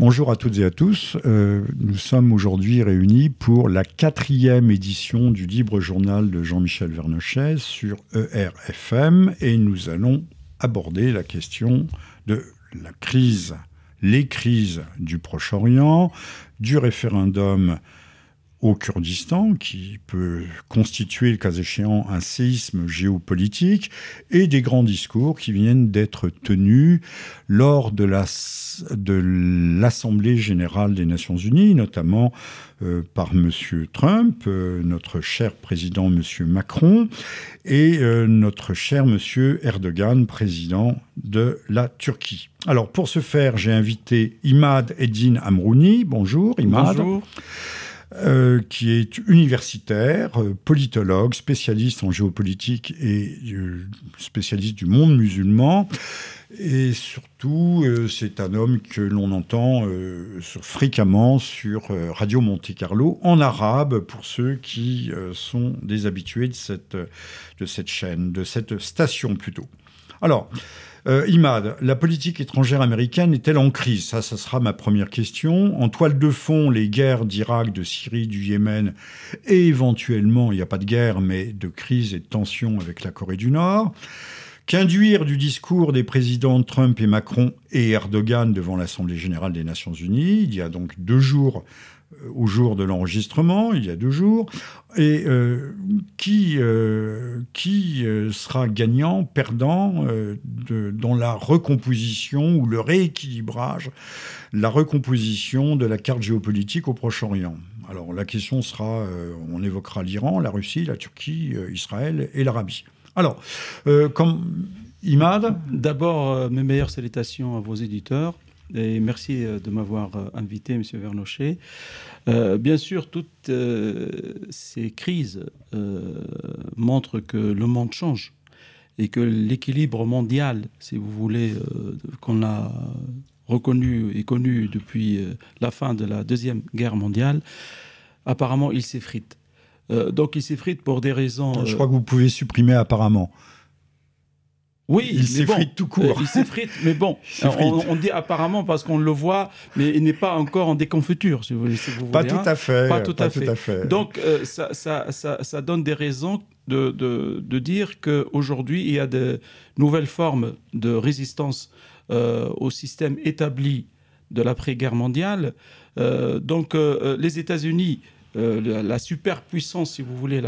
Bonjour à toutes et à tous. Nous sommes aujourd'hui réunis pour la 4e édition du Libre Journal de Jean-Michel Vernochet sur ERFM et nous allons aborder la question de la crise, les crises du Proche-Orient, du référendum au Kurdistan, qui peut constituer, le cas échéant, un séisme géopolitique, et des grands discours qui viennent d'être tenus lors de l'Assemblée générale des Nations Unies, notamment par M. Trump, notre cher président M. Macron, et notre cher M. Erdogan, président de la Turquie. Alors, pour ce faire, j'ai invité Imad Eddine Amrouni. Bonjour, Imad. Bonjour. Qui est universitaire, politologue, spécialiste en géopolitique et spécialiste du monde musulman. Et surtout, c'est un homme que l'on entend fréquemment sur Radio Monte Carlo, en arabe, pour ceux qui sont des habitués de cette chaîne, de cette station plutôt. Alors, Imad, la politique étrangère américaine est-elle en crise ? Ça sera ma première question. En toile de fond, les guerres d'Irak, de Syrie, du Yémen, et éventuellement, il n'y a pas de guerre, mais de crise et de tension avec la Corée du Nord. Qu'induire du discours des présidents Trump et Macron et Erdogan devant l'Assemblée générale des Nations Unies, il y a donc 2 jours, au jour de l'enregistrement, il y a 2 jours, et qui sera gagnant, perdant dans la recomposition ou le rééquilibrage, la recomposition de la carte géopolitique au Proche-Orient. Alors la question sera, on évoquera l'Iran, la Russie, la Turquie, Israël et l'Arabie. Alors, comme Imad. D'abord, mes meilleures salutations à vos éditeurs. Et merci de m'avoir invité, M. Vernochet. Bien sûr, toutes ces crises montrent que le monde change et que l'équilibre mondial, si vous voulez, qu'on a reconnu et connu depuis la fin de la Deuxième Guerre mondiale, apparemment, il s'effrite. Donc, il s'effrite pour des raisons... Je crois que vous pouvez supprimer apparemment. Oui, il s'effrite tout court. Il s'effrite, mais bon, on dit apparemment parce qu'on le voit, mais il n'est pas encore en déconfiture, si vous voulez. Pas tout à fait. Pas tout à fait. Donc, ça donne des raisons de dire qu'aujourd'hui, il y a de nouvelles formes de résistance au système établi de l'après-guerre mondiale. Donc, les États-Unis, la superpuissance, si vous voulez,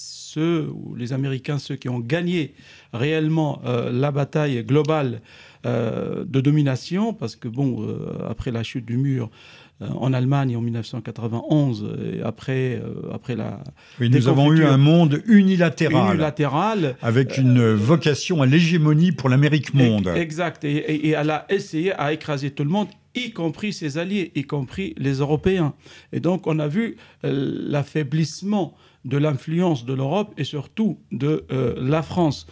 les Américains, ceux qui ont gagné réellement la bataille globale de domination, parce que après la chute du mur en Allemagne en 1991, et après la... Oui, nous avons eu un monde unilatéral avec une vocation à l'hégémonie pour l'Amérique monde. Exact, et elle a essayé à écraser tout le monde, y compris ses alliés, y compris les Européens. Et donc, on a vu l'affaiblissement de l'influence de l'Europe et surtout de la France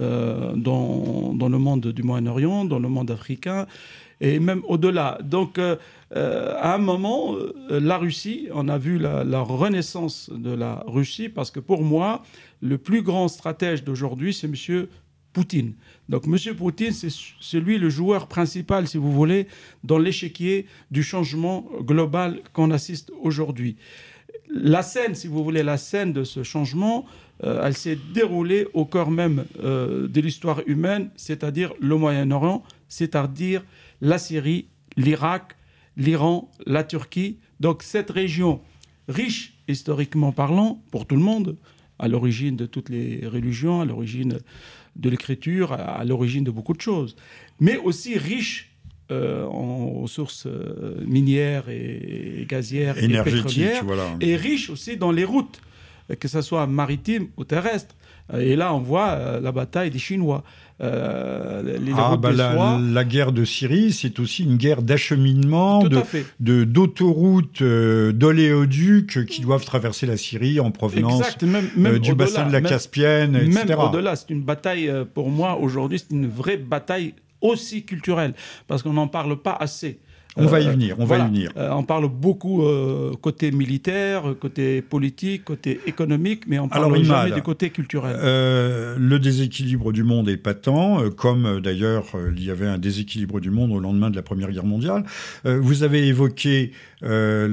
dans le monde du Moyen-Orient, dans le monde africain et même au-delà. Donc, à un moment, la Russie, on a vu la renaissance de la Russie parce que pour moi, le plus grand stratège d'aujourd'hui, c'est M. Poutine. Donc, M. Poutine, c'est lui le joueur principal, si vous voulez, dans l'échiquier du changement global qu'on assiste aujourd'hui. La scène, si vous voulez, la scène de ce changement, elle s'est déroulée au cœur même de l'histoire humaine, c'est-à-dire le Moyen-Orient, c'est-à-dire la Syrie, l'Irak, l'Iran, la Turquie. Donc cette région riche, historiquement parlant, pour tout le monde, à l'origine de toutes les religions, à l'origine de l'écriture, à l'origine de beaucoup de choses, mais aussi riche en ressources minières et gazières et pétrolières, voilà. Et riche aussi dans les routes, que ce soit maritimes ou terrestres. Et là, on voit la bataille des Chinois. La guerre de Syrie, c'est aussi une guerre d'acheminement, d'autoroutes, d'oléoducs qui doivent traverser la Syrie en provenance même du bassin de la Caspienne, etc. Même au-delà, c'est une bataille, pour moi, aujourd'hui, c'est une vraie bataille aussi culturelle, parce qu'on n'en parle pas assez. On va y venir, voilà. y venir. On parle beaucoup côté militaire, côté politique, côté économique, mais on parle jamais du côté culturel. Le déséquilibre du monde est patent, comme d'ailleurs il y avait un déséquilibre du monde au lendemain de la Première Guerre mondiale. Vous avez évoqué la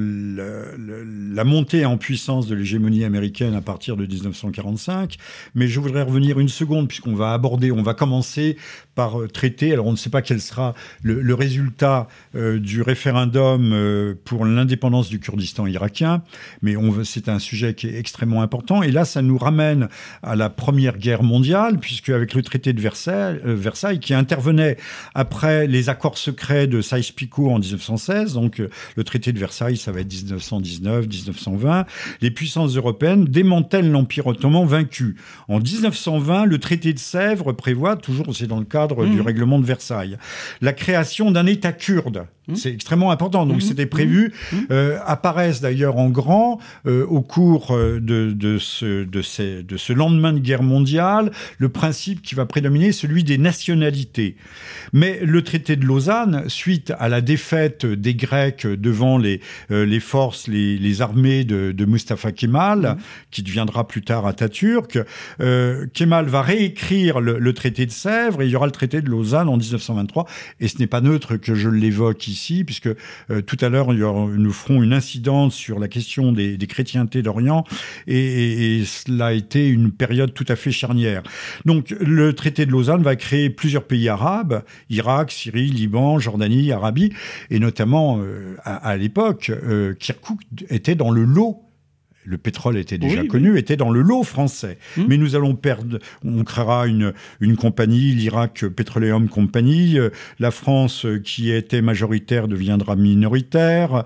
montée en puissance de l'hégémonie américaine à partir de 1945, mais je voudrais revenir une seconde, puisqu'on va commencer par traiter, alors on ne sait pas quel sera le résultat du référendum pour l'indépendance du Kurdistan irakien, mais c'est un sujet qui est extrêmement important, et là ça nous ramène à la Première Guerre mondiale, puisque avec le traité de Versailles, qui intervenait après les accords secrets de Sykes-Picot en 1916, donc le traité de Versailles, ça va être 1919, 1920, les puissances européennes démantèlent l'Empire ottoman vaincu. En 1920, le traité de Sèvres prévoit, toujours c'est dans le cadre du règlement de Versailles, la création d'un État kurde. C'est extrêmement important. Donc, c'était prévu. Apparaissent d'ailleurs en grand au cours de ce lendemain de guerre mondiale le principe qui va prédominer, celui des nationalités. Mais le traité de Lausanne, suite à la défaite des Grecs devant les forces, les armées de Mustafa Kemal, qui deviendra plus tard Atatürk, Kemal va réécrire le traité de Sèvres et il y aura le traité de Lausanne en 1923. Et ce n'est pas neutre que je l'évoque ici, puisque tout à l'heure, nous ferons une incidence sur la question des chrétientés d'Orient, et cela a été une période tout à fait charnière. Donc, le traité de Lausanne va créer plusieurs pays arabes, Irak, Syrie, Liban, Jordanie, Arabie, et notamment, à l'époque, Kirkouk était dans le lot. Le pétrole était déjà connu, était dans le lot français. Mais nous allons on créera une compagnie, l'Irak Petroleum Company. La France, qui était majoritaire, deviendra minoritaire.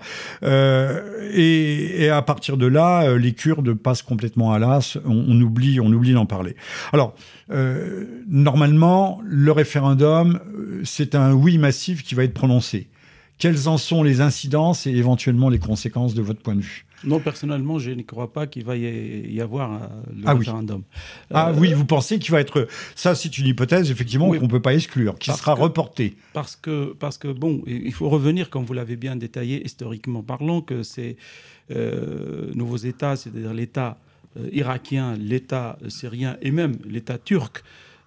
Et à partir de là, les Kurdes passent complètement à l'as. On oublie d'en parler. Alors, normalement, le référendum, c'est un oui massif qui va être prononcé. Quelles en sont les incidences et éventuellement les conséquences de votre point de vue ? Non, personnellement, je ne crois pas qu'il va y avoir le référendum. Oui, vous pensez qu'il va être... Ça, c'est une hypothèse, effectivement, qu'on ne peut pas exclure, qui sera reportée. Parce que, bon, il faut revenir, comme vous l'avez bien détaillé, historiquement parlant, que ces nouveaux États, c'est-à-dire l'État irakien, l'État syrien et même l'État turc,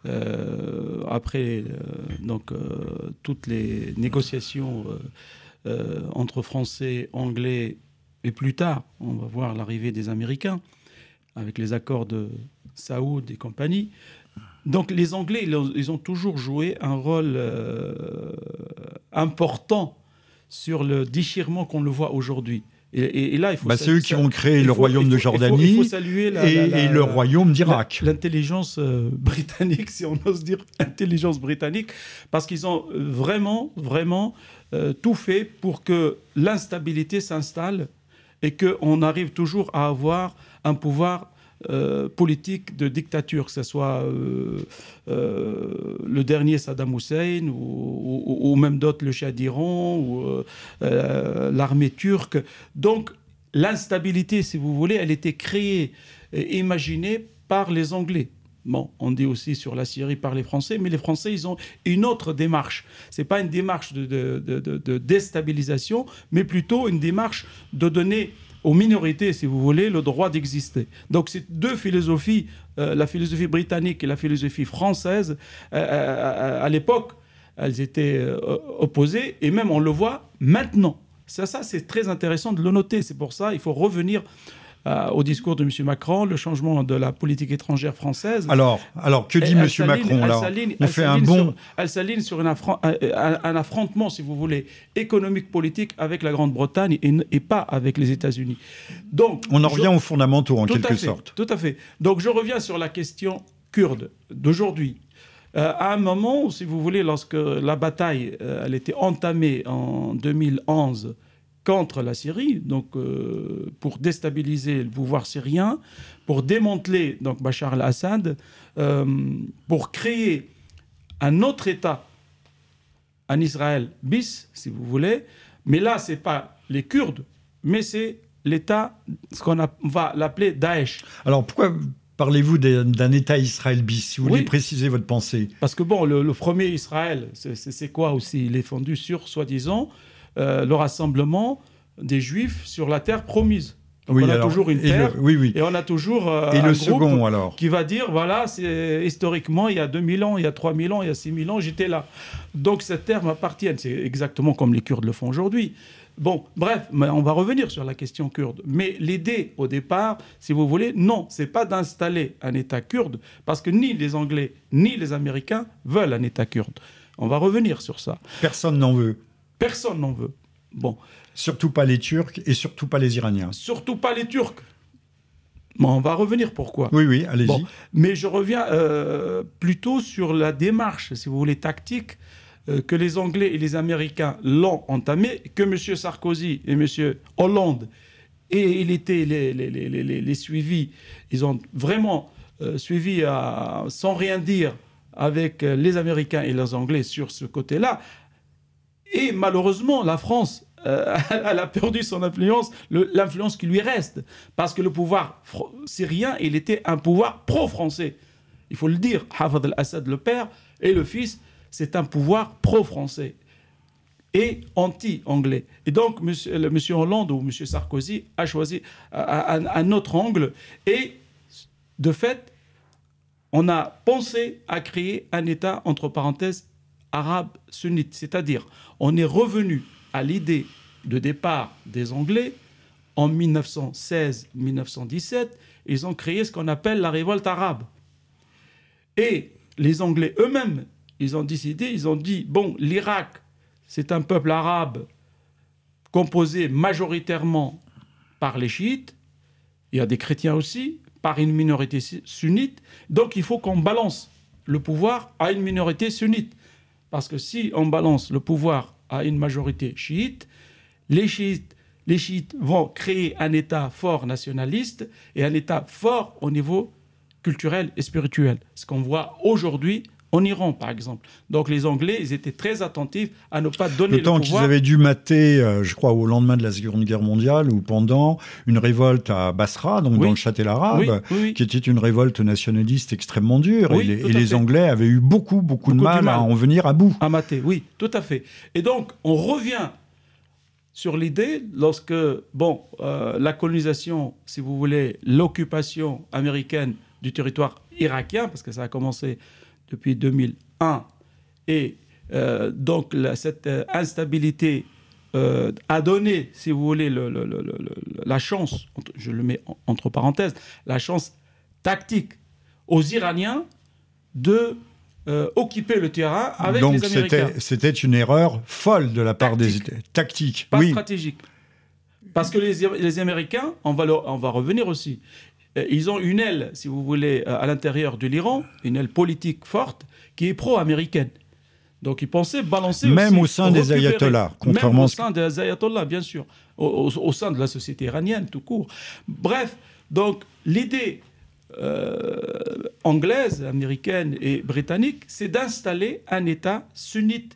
après toutes les négociations entre Français, Anglais, et plus tard, on va voir l'arrivée des Américains avec les accords de Saoud et compagnie. Donc les Anglais, ils ont toujours joué un rôle important sur le déchirement qu'on le voit aujourd'hui. Et là, il faut c'est eux qui vont créer le royaume de Jordanie, il faut saluer et le royaume d'Irak. L'intelligence britannique, si on ose dire intelligence britannique, parce qu'ils ont vraiment tout fait pour que l'instabilité s'installe et qu'on arrive toujours à avoir un pouvoir politique de dictature, que ce soit le dernier Saddam Hussein ou même d'autres, le Shah d'Iran ou l'armée turque. Donc l'instabilité, si vous voulez, elle était créée et imaginée par les Anglais. Bon, on dit aussi sur la Syrie par les Français, mais les Français, ils ont une autre démarche. Ce n'est pas une démarche de déstabilisation, mais plutôt une démarche de donner aux minorités, si vous voulez, le droit d'exister. Donc, c'est deux philosophies, la philosophie britannique et la philosophie française. À l'époque, elles étaient opposées, et même on le voit maintenant. Ça, c'est très intéressant de le noter. C'est pour ça qu'il faut revenir au discours de M. Macron, le changement de la politique étrangère française. Alors que dit M. Macron là ? On fait un bond. Elle s'aligne sur un affrontement, si vous voulez, économique-politique avec la Grande-Bretagne et pas avec les États-Unis. Donc, on en revient aux fondamentaux, en quelque sorte. Tout à fait. Donc, je reviens sur la question kurde d'aujourd'hui. À un moment, si vous voulez, lorsque la bataille elle était entamée en 2011 contre la Syrie, donc pour déstabiliser le pouvoir syrien, pour démanteler donc Bachar al-Assad, pour créer un autre État, un Israël bis, si vous voulez. Mais là, c'est pas les Kurdes, mais c'est l'État, ce qu'on va l'appeler Daesh. Alors pourquoi parlez-vous d'un État Israël bis, si vous voulez préciser votre pensée ? Parce que bon, le premier Israël, c'est quoi aussi ? Il est fondé sur, soi-disant, le rassemblement des Juifs sur la terre promise. Donc oui, on a alors, toujours une terre, oui. et on a toujours et un le groupe second, alors qui va dire, voilà, c'est, historiquement, il y a 2000 ans, il y a 3000 ans, il y a 6000 ans, j'étais là. Donc cette terre m'appartient. C'est exactement comme les Kurdes le font aujourd'hui. Bon, bref, mais on va revenir sur la question kurde. Mais l'idée, au départ, si vous voulez, non, c'est pas d'installer un État kurde, parce que ni les Anglais, ni les Américains veulent un État kurde. On va revenir sur ça. Personne n'en veut. Personne n'en veut. Bon. Surtout pas les Turcs et surtout pas les Iraniens. Surtout pas les Turcs. Bon, on va revenir pourquoi. Oui, allez-y. Bon, mais je reviens plutôt sur la démarche, si vous voulez, tactique, que les Anglais et les Américains l'ont entamée, que M. Sarkozy et M. Hollande, et il était les suivis, ils ont vraiment suivi sans rien dire avec les Américains et les Anglais sur ce côté-là. Et malheureusement, la France, elle a perdu son influence, l'influence qui lui reste. Parce que le pouvoir syrien, il était un pouvoir pro-français. Il faut le dire. Hafez al-Assad, le père, et le fils, c'est un pouvoir pro-français et anti-anglais. Et donc, M. Hollande ou M. Sarkozy a choisi un autre angle. Et de fait, on a pensé à créer un État, entre parenthèses, arabe sunnite. C'est-à-dire, on est revenu à l'idée de départ des Anglais en 1916-1917. Ils ont créé ce qu'on appelle la révolte arabe. Et les Anglais eux-mêmes, ils ont décidé, ils ont dit, bon, l'Irak, c'est un peuple arabe composé majoritairement par les chiites, il y a des chrétiens aussi, par une minorité sunnite, donc il faut qu'on balance le pouvoir à une minorité sunnite. Parce que si on balance le pouvoir à une majorité chiite, les chiites vont créer un État fort nationaliste et un État fort au niveau culturel et spirituel. Ce qu'on voit aujourd'hui en Iran, par exemple. Donc les Anglais, ils étaient très attentifs à ne pas donner le pouvoir. Le temps qu'ils avaient dû mater, je crois, au lendemain de la Seconde Guerre mondiale ou pendant, une révolte à Basra, donc dans le Châtel arabe, qui était une révolte nationaliste extrêmement dure. Et les Anglais avaient eu beaucoup de mal à en venir à bout. À mater, oui, tout à fait. Et donc, on revient sur l'idée, lorsque, la colonisation, si vous voulez, l'occupation américaine du territoire irakien, parce que ça a commencé depuis 2001, et donc cette instabilité a donné, si vous voulez, la chance, je le mets entre parenthèses, la chance tactique aux Iraniens de occuper le terrain avec les Américains. Donc c'était une erreur folle de la part des tactiques. Pas stratégique. Parce que les Américains, on va revenir aussi, ils ont une aile, si vous voulez, à l'intérieur de l'Iran, une aile politique forte qui est pro-américaine. Donc ils pensaient balancer même aussi, au sein des ayatollahs, contrairement même au sein des ayatollahs, bien sûr, au sein de la société iranienne tout court. Bref, donc l'idée anglaise, américaine et britannique, c'est d'installer un État sunnite,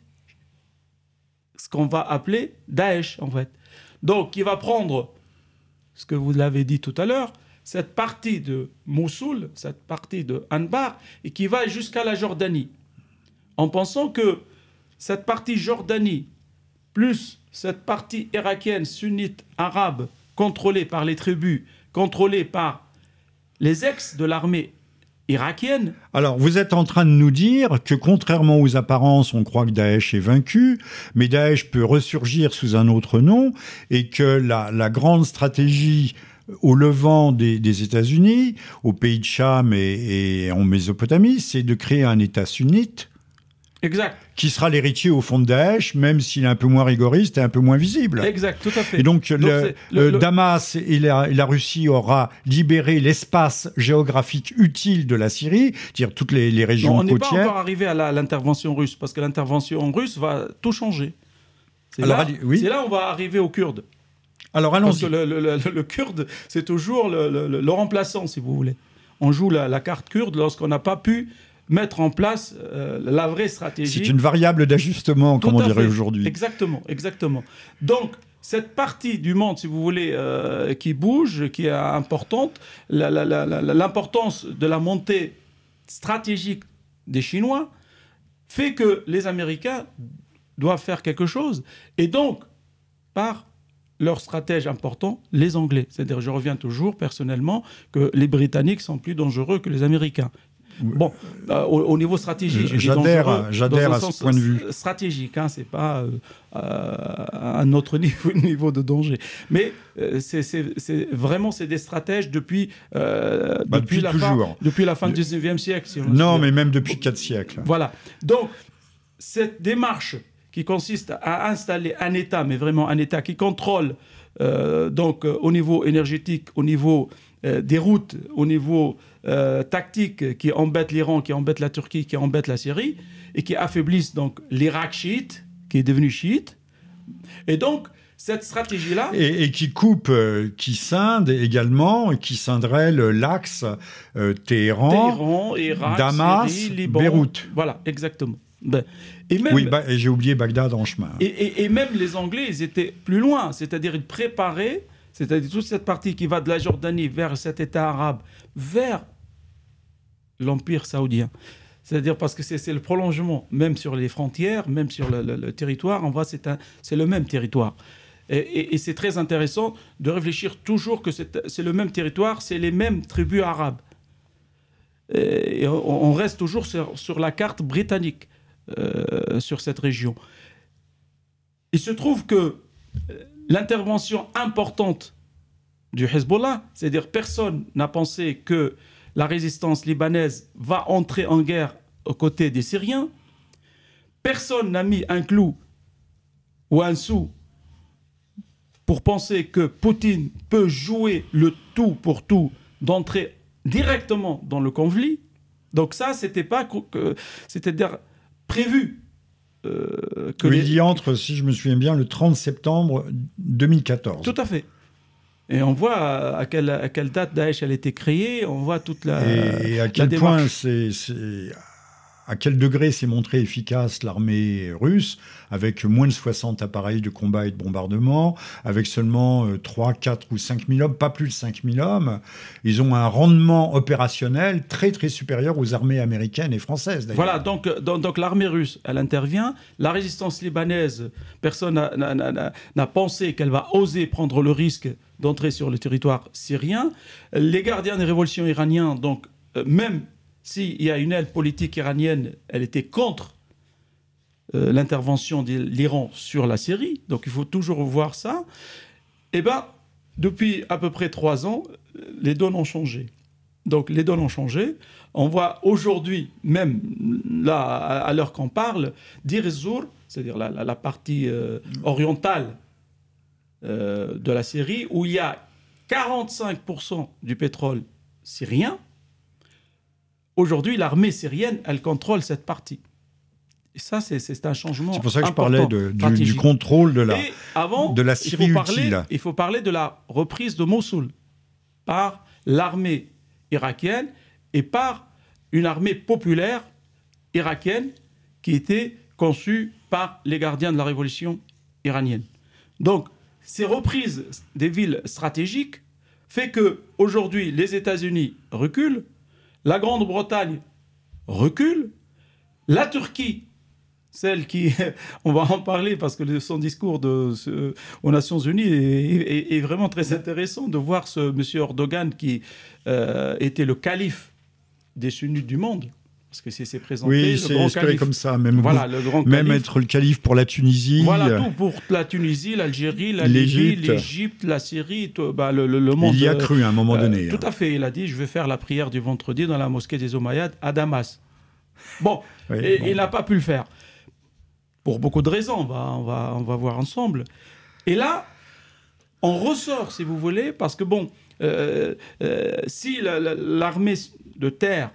ce qu'on va appeler Daesh en fait. Donc il va prendre, ce que vous l'avez dit tout à l'heure, cette partie de Mossoul, cette partie de Anbar, et qui va jusqu'à la Jordanie, en pensant que cette partie Jordanie, plus cette partie irakienne, sunnite, arabe, contrôlée par les tribus, contrôlée par les ex de l'armée irakienne. Alors, vous êtes en train de nous dire que, contrairement aux apparences, on croit que Daesh est vaincu, mais Daesh peut ressurgir sous un autre nom, et que la grande stratégie au Levant des États-Unis, au pays de Cham et en Mésopotamie, c'est de créer un État sunnite. Exact. Qui sera l'héritier au fond de Daesh, même s'il est un peu moins rigoriste et un peu moins visible. Exact, tout à fait. Et donc Damas et la Russie aura libéré l'espace géographique utile de la Syrie, c'est-à-dire toutes les régions côtières. On n'est pas encore arrivé à l'intervention russe, parce que l'intervention russe va tout changer. C'est là où on va arriver aux Kurdes. Alors allons-y. Parce que le Kurde, c'est toujours le remplaçant, si vous voulez. On joue la carte kurde lorsqu'on n'a pas pu mettre en place la vraie stratégie. C'est une variable d'ajustement, comme on dirait aujourd'hui. Exactement. Donc, cette partie du monde, si vous voulez, qui bouge, qui est importante, l'importance de la montée stratégique des Chinois fait que les Américains doivent faire quelque chose. Et donc, par leur stratège important, les Anglais. C'est-à-dire, je reviens toujours personnellement que les Britanniques sont plus dangereux que les Américains. Bon, au niveau stratégique, j'adhère à ce point de vue. Stratégique, hein, c'est pas un autre niveau de danger. Mais c'est vraiment des stratèges depuis depuis la fin du 19e siècle. Si non, mais même depuis 4 siècles. Voilà. Donc, cette démarche qui consiste à installer un État, mais vraiment un État qui contrôle donc au niveau énergétique, au niveau des routes, au niveau tactique, qui embête l'Iran, qui embête la Turquie, qui embête la Syrie, et qui affaiblissent donc l'Irak chiite, qui est devenu chiite. Et donc, cette stratégie-là... Et qui coupe, qui scinde également, qui scinderait l'axe Téhéran, Irak, Damas, Syrie, Liban. Beyrouth. Voilà, exactement. Et même, oui, et j'ai oublié Bagdad en chemin. Et même les Anglais, ils étaient plus loin, c'est-à-dire ils préparaient, c'est-à-dire toute cette partie qui va de la Jordanie vers cet État arabe, vers l'Empire saoudien. C'est-à-dire parce que c'est le prolongement, même sur les frontières, même sur le territoire, on voit c'est le même territoire. Et c'est très intéressant de réfléchir toujours que c'est le même territoire, c'est les mêmes tribus arabes. Et on reste toujours sur la carte britannique. Sur cette région. Il se trouve que l'intervention importante du Hezbollah, c'est-à-dire personne n'a pensé que la résistance libanaise va entrer en guerre aux côtés des Syriens, personne n'a mis un clou ou un sou pour penser que Poutine peut jouer le tout pour tout d'entrer directement dans le conflit. Donc ça, c'était pas c'est-à-dire prévu. Il y entre, si je me souviens bien, le 30 septembre 2014. Tout à fait. Et on voit à quelle date Daesh a été créée, on voit toute la Et à quel point à quel degré s'est montrée efficace l'armée russe, avec moins de 60 appareils de combat et de bombardement, avec seulement 3, 4 ou 5 000 hommes, pas plus de 5 000 hommes. Ils ont un rendement opérationnel très très supérieur aux armées américaines et françaises. Voilà, donc l'armée russe, elle intervient. La résistance libanaise, personne n'a pensé qu'elle va oser prendre le risque d'entrer sur le territoire syrien. Les gardiens des révolutions iraniens, donc même s'il y a une aile politique iranienne, elle était contre l'intervention de l'Iran sur la Syrie. Donc il faut toujours voir ça. Eh bien, depuis à peu près 3 ans, les donnes ont changé. Donc les donnes ont changé. On voit aujourd'hui, même là, à l'heure qu'on parle, Deir ez-Zor, c'est-à-dire la partie orientale de la Syrie, où il y a 45% du pétrole syrien. Aujourd'hui, l'armée syrienne, elle contrôle cette partie. Et ça, c'est un changement. C'est pour ça que important, je parlais du contrôle de la Syrie utile. Il faut parler de la reprise de Mossoul par l'armée irakienne et par une armée populaire irakienne qui était conçue par les gardiens de la révolution iranienne. Donc, ces reprises des villes stratégiques fait qu'aujourd'hui, les États-Unis reculent, la Grande-Bretagne recule, la Turquie, celle qui, on va en parler parce que son discours aux Nations Unies est vraiment très intéressant de voir ce monsieur Erdogan qui était le calife des sunnites du monde. Parce que c'est présenté oui, c'est espéré comme ça. Même, voilà, le grand même calife. Être le calife pour la Tunisie. Voilà, tout pour la Tunisie, l'Algérie, la Libye, l'Égypte, la Syrie, le monde. Il y a cru à un moment donné. Tout à fait. Il a dit, je vais faire la prière du vendredi dans la mosquée des Omeyyades à Damas. Bon, oui, il n'a pas pu le faire. Pour beaucoup de raisons, on va voir ensemble. Et là, on ressort, si vous voulez, parce que si l'armée de terre,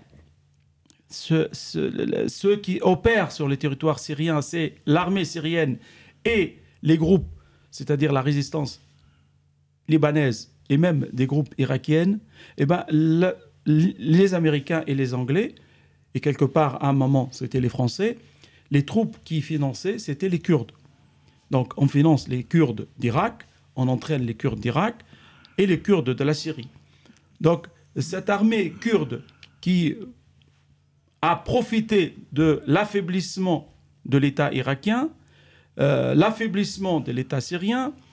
ceux qui opèrent sur le territoire syrien, c'est l'armée syrienne et les groupes, c'est-à-dire la résistance libanaise et même des groupes irakiennes, eh ben, les Américains et les Anglais, et quelque part à un moment c'était les Français, les troupes qui finançaient, c'était les Kurdes. Donc on finance les Kurdes d'Irak, on entraîne les Kurdes d'Irak et les Kurdes de la Syrie. Donc cette armée kurde qui a profité de l'affaiblissement de l'État irakien, l'affaiblissement de l'État syrien.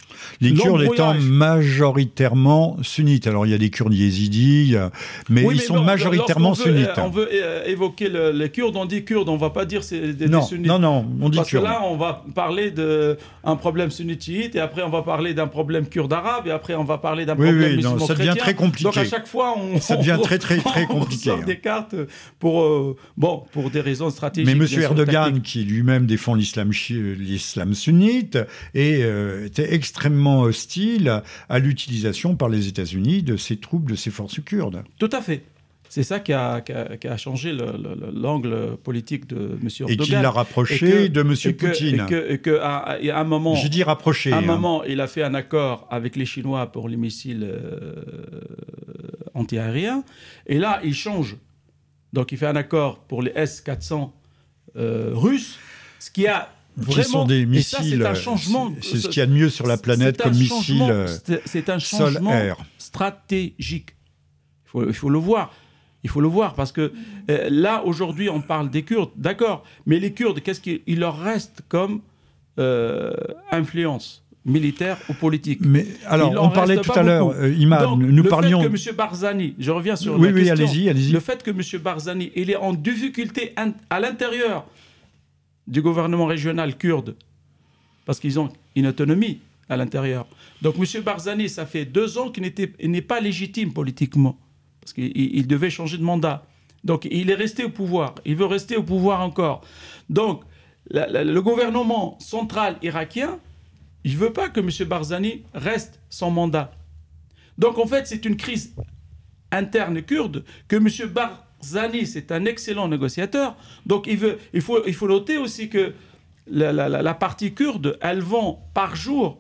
Les Kurdes étant majoritairement sunnites. Alors, il y a des Kurdes yézidis, mais ils sont majoritairement sunnites. On veut évoquer les Kurdes, on dit Kurdes, on ne va pas dire c'est des sunnites. Non, on dit Parce Kurdes. Parce que là, on va parler d'un problème sunnite, et après, on va parler d'un problème kurde-arabe, et après, on va parler d'un problème musulman-chrétien. Ça devient très compliqué. Donc, à chaque fois, ça devient très compliqué. On sort des cartes pour des raisons stratégiques. Mais M. Erdogan, qui lui-même défend l'islam sunnite, était extrêmement hostile à l'utilisation par les États-Unis de ces troupes, de ces forces kurdes. Tout à fait. C'est ça qui a changé l'angle politique de M. Erdogan. Et qui l'a rapproché de M. Poutine. Et qu'à un moment... Je dis rapproché. À un moment, il a fait un accord avec les Chinois pour les missiles antiaériens. Et là, il change. Donc, il fait un accord pour les S-400 russes, ce qui a... Vraiment, qui sont des missiles, c'est un changement. C'est ce qu'il y a de mieux sur la planète comme missile c'est un changement stratégique. Il faut le voir. Il faut le voir parce que là, aujourd'hui, on parle des Kurdes, d'accord. Mais les Kurdes, qu'est-ce qu'il leur reste comme influence militaire ou politique? Mais alors, on parlait tout à l'heure, Imad, nous parlions... Le fait que M. Barzani, je reviens sur la question. Oui, allez-y. Le fait que M. Barzani, il est en difficulté à l'intérieur du gouvernement régional kurde, parce qu'ils ont une autonomie à l'intérieur. Donc M. Barzani, ça fait 2 ans qu'il n'est pas légitime politiquement, parce qu'il devait changer de mandat. Donc il est resté au pouvoir, il veut rester au pouvoir encore. Donc le gouvernement central irakien, il ne veut pas que M. Barzani reste sans mandat. Donc en fait, c'est une crise interne kurde que M. Barzani, c'est un excellent négociateur. Donc il faut noter aussi que la partie kurde, elle vend par jour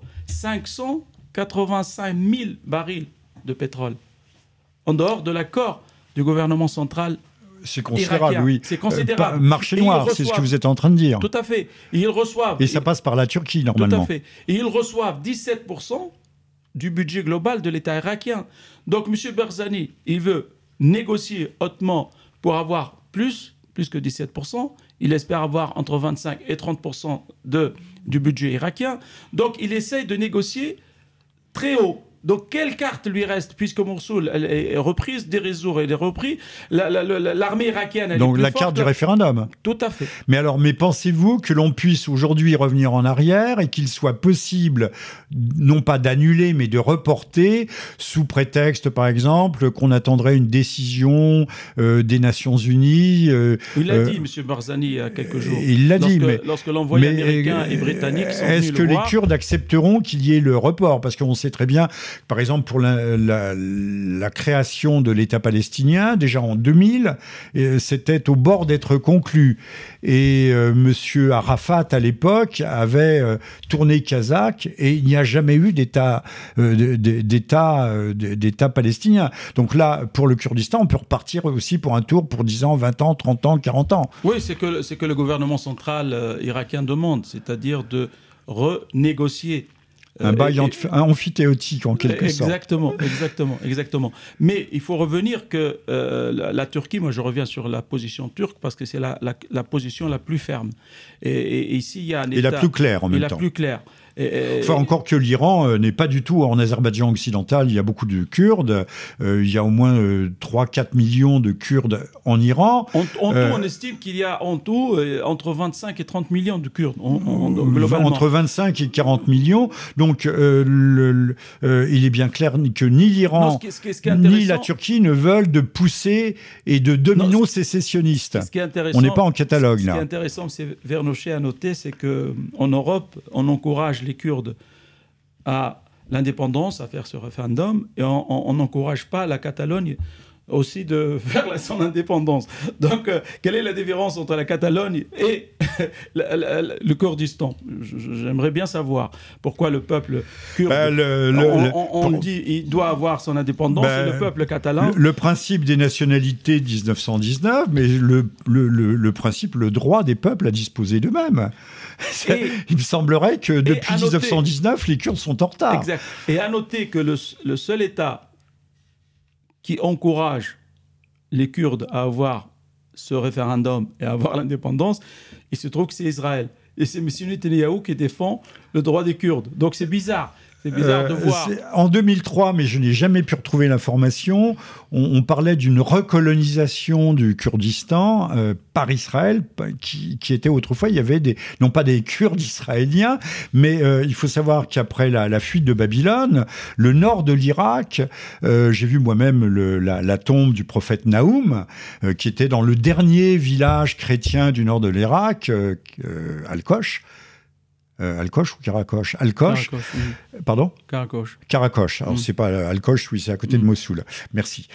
585 000 barils de pétrole. En dehors de l'accord du gouvernement central. C'est considérable, irakien. Oui. C'est considérable. Marché noir, c'est ce que vous êtes en train de dire. Tout à fait. Et ils reçoivent... Et ça passe par la Turquie, normalement. Tout à fait. Et ils reçoivent 17% du budget global de l'État irakien. Donc M. Barzani, il veut négocier hautement pour avoir plus que 17%. Il espère avoir entre 25 et 30% du budget irakien. Donc il essaye de négocier très haut. Donc, quelle carte lui reste, puisque Mossoul elle est reprise, Deir elle est reprise, l'armée irakienne elle est plus forte. Donc, la carte du référendum. Tout à fait. Mais pensez-vous que l'on puisse aujourd'hui revenir en arrière et qu'il soit possible, non pas d'annuler, mais de reporter, sous prétexte, par exemple, qu'on attendrait une décision des Nations Unies Il l'a dit, M. Barzani, il y a quelques jours. Il l'a dit, mais... Lorsque l'envoyé américain et britannique sont venus est-ce que les Kurdes accepteront qu'il y ait le report? Parce qu'on sait très bien... Par exemple, pour la création de l'État palestinien, déjà en 2000, c'était au bord d'être conclu. Et M. Arafat, à l'époque, avait tourné kazakh et il n'y a jamais eu d'État palestinien. Donc là, pour le Kurdistan, on peut repartir aussi pour un tour pour 10 ans, 20 ans, 30 ans, 40 ans. Oui, c'est que le gouvernement central irakien demande, c'est-à-dire de renégocier un bail amphithéotique en quelque sorte. Exactement. Mais il faut revenir que la Turquie, moi je reviens sur la position turque parce que c'est la position la plus ferme. Et ici il y a un État... Et la plus claire en même temps. Et la plus claire. Enfin, encore que l'Iran n'est pas du tout en Azerbaïdjan occidental, il y a beaucoup de Kurdes, il y a au moins 3-4 millions de Kurdes en Iran. En tout, on estime qu'il y a en tout entre 25 et 30 millions de Kurdes, globalement. Entre 25 et 40 millions. Donc, il est bien clair que ni l'Iran ni la Turquie ne veulent de poussée et de dominos sécessionnistes. On n'est pas en Catalogue, là. Ce qui est intéressant, c'est Vernochet à noter, c'est qu'en Europe, on encourage les Kurdes à l'indépendance, à faire ce référendum, et on n'encourage pas la Catalogne aussi de faire son indépendance. Donc, quelle est la différence entre la Catalogne et le Kurdistan? J'aimerais bien savoir pourquoi le peuple kurde, on dit il doit avoir son indépendance, et le peuple catalan... Le principe des nationalités de 1919, mais le principe, le droit des peuples à disposer d'eux-mêmes. Il me semblerait que depuis 1919, les Kurdes sont en retard. Exact. Et à noter que le seul État qui encourage les Kurdes à avoir ce référendum et à avoir l'indépendance, il se trouve que c'est Israël. Et c'est M. Netanyahou qui défend le droit des Kurdes. Donc c'est bizarre. C'est bizarre de voir. En 2003, mais je n'ai jamais pu retrouver l'information, on parlait d'une recolonisation du Kurdistan par Israël, qui était autrefois, il y avait non pas des Kurdes israéliens, mais il faut savoir qu'après la fuite de Babylone, le nord de l'Irak, j'ai vu moi-même la tombe du prophète Naoum, qui était dans le dernier village chrétien du nord de l'Irak, Al-Kosh. Al-Kosh ou Karakosh? Al-Kosh. Pardon? Karakosh. Karakosh. Alors, c'est pas Al-Kosh, oui, c'est à côté de Mossoul. Merci.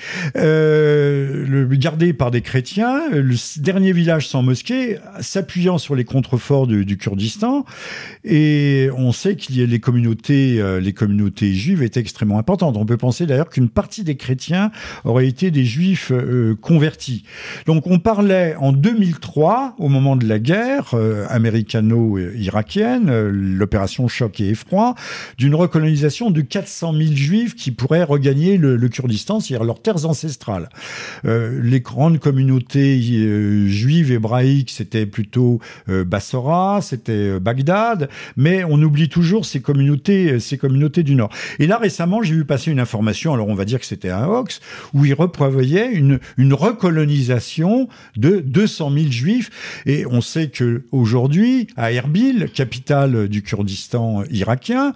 Gardé par des chrétiens, le dernier village sans mosquée, s'appuyant sur les contreforts du Kurdistan. Et on sait qu'il y a les communautés juives étaient extrêmement importantes. On peut penser d'ailleurs qu'une partie des chrétiens auraient été des juifs convertis. Donc, on parlait en 2003, au moment de la guerre américano-irakienne, l'opération Choc et Effroi, d'une recolonisation de 400 000 juifs qui pourraient regagner le Kurdistan, c'est-à-dire leurs terres ancestrales. Les grandes communautés juives hébraïques, c'était plutôt Bassora, c'était Bagdad, mais on oublie toujours ces communautés du Nord. Et là, récemment, j'ai vu passer une information, alors on va dire que c'était un hoax, où ils reprévoyaient une recolonisation de 200 000 juifs. Et on sait qu'aujourd'hui, à Erbil, capitale du Kurdistan irakien,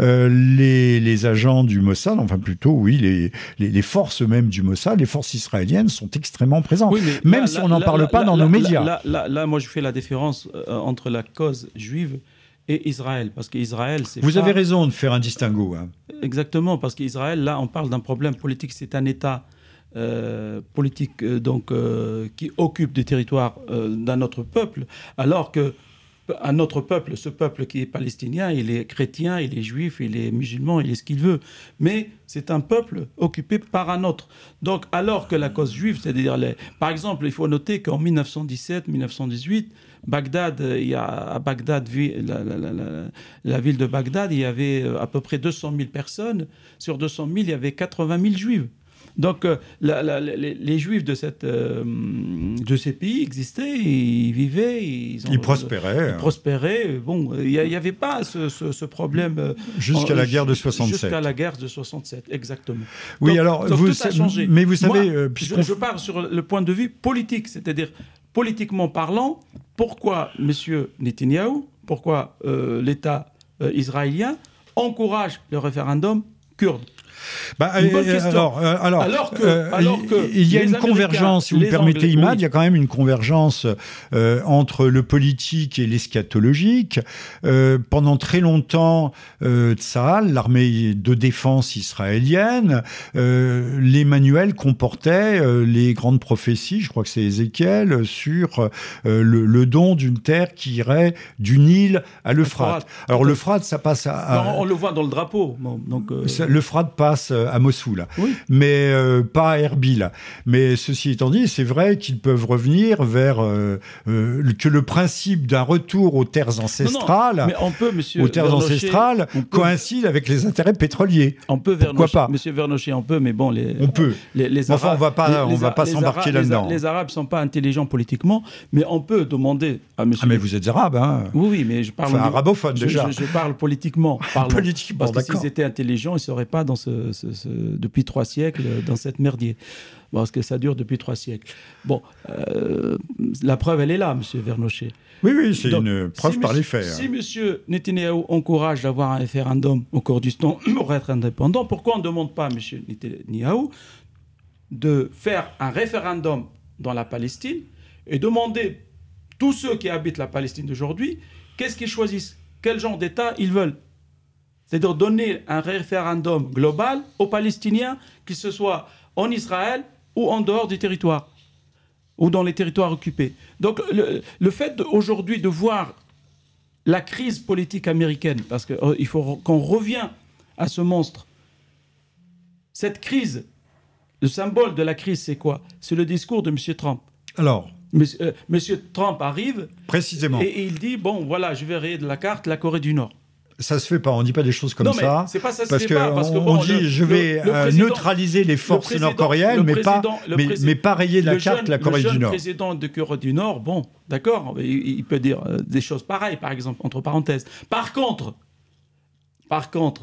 les agents du Mossad, enfin plutôt, oui, les forces même du Mossad, les forces israéliennes sont extrêmement présentes, oui, même si on n'en parle pas dans nos médias. Là, moi, je fais la différence entre la cause juive et Israël, parce qu'Israël, c'est Vous avez raison de faire un distinguo. Hein. Exactement, parce qu'Israël, là, on parle d'un problème politique, c'est un État politique qui occupe des territoires d'un autre peuple, alors que un autre peuple, ce peuple qui est palestinien, il est chrétien, il est juif, il est musulman, il est ce qu'il veut. Mais c'est un peuple occupé par un autre. Donc, alors que la cause juive, c'est-à-dire, par exemple, il faut noter qu'en 1917-1918, Bagdad, à Bagdad, la ville de Bagdad, il y avait à peu près 200 000 personnes. Sur 200 000, il y avait 80 000 juifs. Donc, les Juifs de ces pays existaient, ils vivaient, ils prospéraient. Ils prospéraient. Bon, il n'y avait pas ce problème. Jusqu'à la guerre de 67. Jusqu'à la guerre de 67, exactement. Oui, donc, alors, tout a changé. Mais vous savez... Moi, je parle sur le point de vue politique, c'est-à-dire, politiquement parlant, pourquoi M. Netanyahou, pourquoi l'État israélien encourage le référendum kurde? Une bonne question. Alors que il y a une convergence, si vous me permettez, Imad, il y a quand même une convergence entre le politique et l'eschatologique. Pendant très longtemps, Tsahal, l'armée de défense israélienne, les manuels comportaient les grandes prophéties, je crois que c'est Ézéchiel, sur le don d'une terre qui irait du Nil à l'Euphrate. Alors l'Euphrate, ça passe à... On le voit dans le drapeau. Donc, l'Euphrate passe à Mossoul, oui. Mais pas à Erbil. Mais ceci étant dit, c'est vrai qu'ils peuvent revenir vers que le principe d'un retour aux terres ancestrales, mais on peut, monsieur ancestrales, coïncide avec les intérêts pétroliers. On peut, pourquoi pas, monsieur Vernochet, on peut, mais bon, on peut. Les enfin, Arabes, on va pas s'embarquer là-dedans. Les Arabes sont pas intelligents politiquement, mais on peut demander à monsieur. Ah, mais vous êtes arabe, hein? Oui, mais je parle. Arabophone déjà. Je parle politiquement. Politiquement, parce que s'ils étaient intelligents, ils seraient pas dans depuis 3 siècles dans cette merdier. Parce que ça dure depuis 3 siècles. Bon, la preuve, elle est là, monsieur Vernochet. Oui, c'est une preuve par les faits. Si monsieur Netanyahou encourage d'avoir un référendum au Kurdistan pour être indépendant, pourquoi on ne demande pas à monsieur Netanyahou de faire un référendum dans la Palestine et demander tous ceux qui habitent la Palestine d'aujourd'hui, qu'est-ce qu'ils choisissent? Quel genre d'État ils veulent? C'est-à-dire donner un référendum global aux Palestiniens, que ce soit en Israël ou en dehors du territoire, ou dans les territoires occupés. Donc le fait aujourd'hui de voir la crise politique américaine, parce qu'il faut qu'on revienne à ce monstre, cette crise, le symbole de la crise, c'est quoi? C'est le discours de M. Trump. Alors Monsieur Trump arrive précisément et il dit, bon, voilà, je vais rayer de la carte la Corée du Nord. Ça se fait pas, on dit pas des choses comme ça. C'est pas ça, parce qu'on dit je vais neutraliser les forces nord-coréennes, mais pas rayer de la carte la Corée du Nord. Le président de Corée du Nord, bon, d'accord, il peut dire des choses pareilles, par exemple, entre parenthèses. Par contre,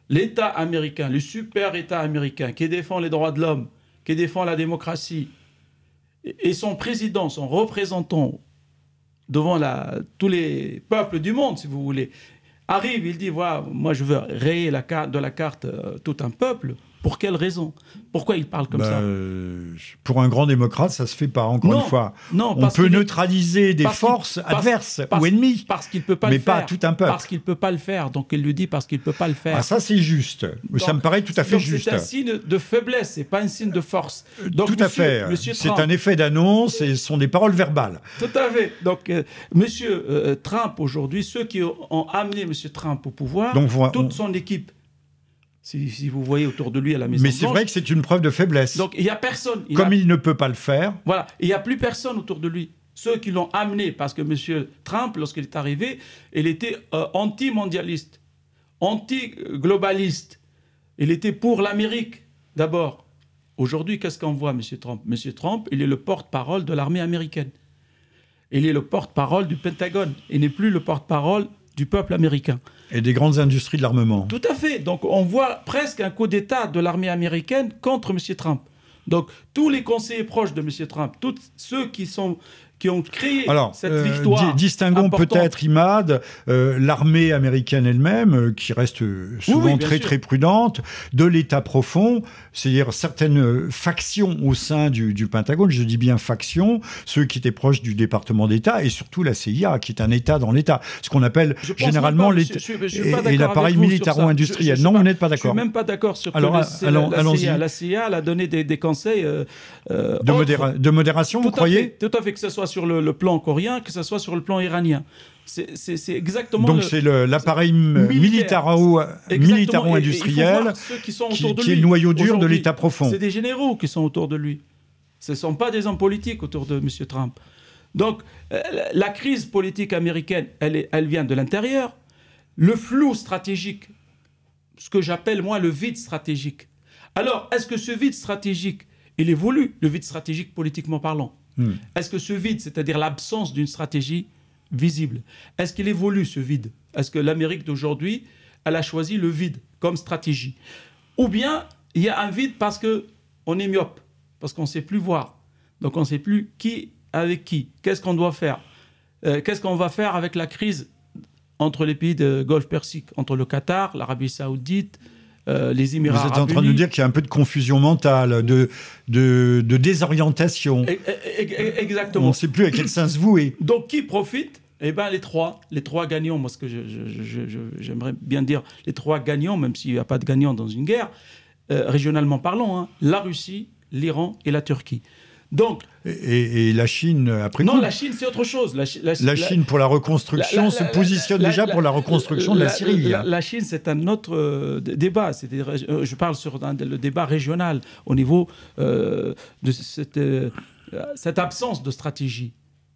l'État américain, le super État américain qui défend les droits de l'homme, qui défend la démocratie, et son président, son représentant devant tous les peuples du monde, si vous voulez, arrive, il dit, voilà, moi je veux rayer de la carte tout un peuple. Pour quelle raison? Pourquoi il parle comme ça? Pour un grand démocrate, ça se fait pas, encore une fois. Non, on peut neutraliser des forces adverses ou ennemies, parce qu'il peut pas mais le faire, pas tout un peuple. Parce qu'il peut pas le faire, donc il lui dit parce qu'il peut pas le faire. Ah, ça c'est juste, donc, ça me paraît tout à fait juste. C'est un signe de faiblesse, c'est pas un signe de force. Donc, tout à fait, c'est un effet d'annonce et ce sont des paroles verbales. Tout à fait. Donc, Monsieur Trump, aujourd'hui, ceux qui ont amené Monsieur Trump au pouvoir, toute son équipe, si vous voyez autour de lui à la Maison-Blanche. Mais c'est vrai que c'est une preuve de faiblesse. Donc il n'y a personne. Il ne peut pas le faire. Voilà, il n'y a plus personne autour de lui. Ceux qui l'ont amené, parce que M. Trump, lorsqu'il est arrivé, il était anti-mondialiste, anti-globaliste. Il était pour l'Amérique, d'abord. Aujourd'hui, qu'est-ce qu'on voit, M. Trump? M. Trump, il est le porte-parole de l'armée américaine. Il est le porte-parole du Pentagone. Il n'est plus le porte-parole du peuple américain. Et des grandes industries de l'armement. Tout à fait. Donc, on voit presque un coup d'État de l'armée américaine contre M. Trump. Donc, tous les conseillers proches de M. Trump, tous ceux qui ont créé cette victoire. Distinguons peut-être, Imad, l'armée américaine elle-même, qui reste souvent très prudente, de l'État profond, c'est-à-dire certaines factions au sein du Pentagone, je dis bien factions, ceux qui étaient proches du département d'État, et surtout la CIA, qui est un État dans l'État, ce qu'on appelle généralement l'appareil militaro-industriel. Non, vous n'êtes pas d'accord. Je ne suis même pas d'accord sur la CIA. La CIA, elle a donné des conseils de modération, vous croyez? Tout à fait, que ce soit sur le plan coréen, que ce soit sur le plan iranien. C'est exactement... Donc c'est l'appareil militaro-industriel qui est le noyau dur de l'État profond. C'est des généraux qui sont autour de lui. Ce ne sont pas des hommes politiques autour de M. Trump. Donc la crise politique américaine, elle vient de l'intérieur. Le flou stratégique, ce que j'appelle moi le vide stratégique. Alors, est-ce que ce vide stratégique, il évolue, le vide stratégique politiquement parlant? Est-ce que ce vide, c'est-à-dire l'absence d'une stratégie visible, est-ce qu'il évolue, ce vide? Est-ce que l'Amérique d'aujourd'hui, elle a choisi le vide comme stratégie? Ou bien il y a un vide parce qu'on est myope, parce qu'on ne sait plus voir. Donc on ne sait plus qui avec qui. Qu'est-ce qu'on doit faire? Qu'est-ce qu'on va faire avec la crise entre les pays de Golfe Persique, entre le Qatar, l'Arabie Saoudite, les Émirats arabes unis. Vous êtes en train de nous dire qu'il y a un peu de confusion mentale, de désorientation. Exactement. On ne sait plus à quel sens se vouer. Donc qui profite? Eh bien les trois gagnants, moi ce que j'aimerais bien dire, les trois gagnants, même s'il n'y a pas de gagnant dans une guerre, régionalement parlant, la Russie, l'Iran et la Turquie. Donc, et la Chine, après non, la Chine, c'est autre chose. La Chine, pour la reconstruction, se positionne déjà pour la reconstruction de la Syrie. La Chine, c'est un autre débat. Je parle sur le débat régional au niveau de cette absence de stratégie.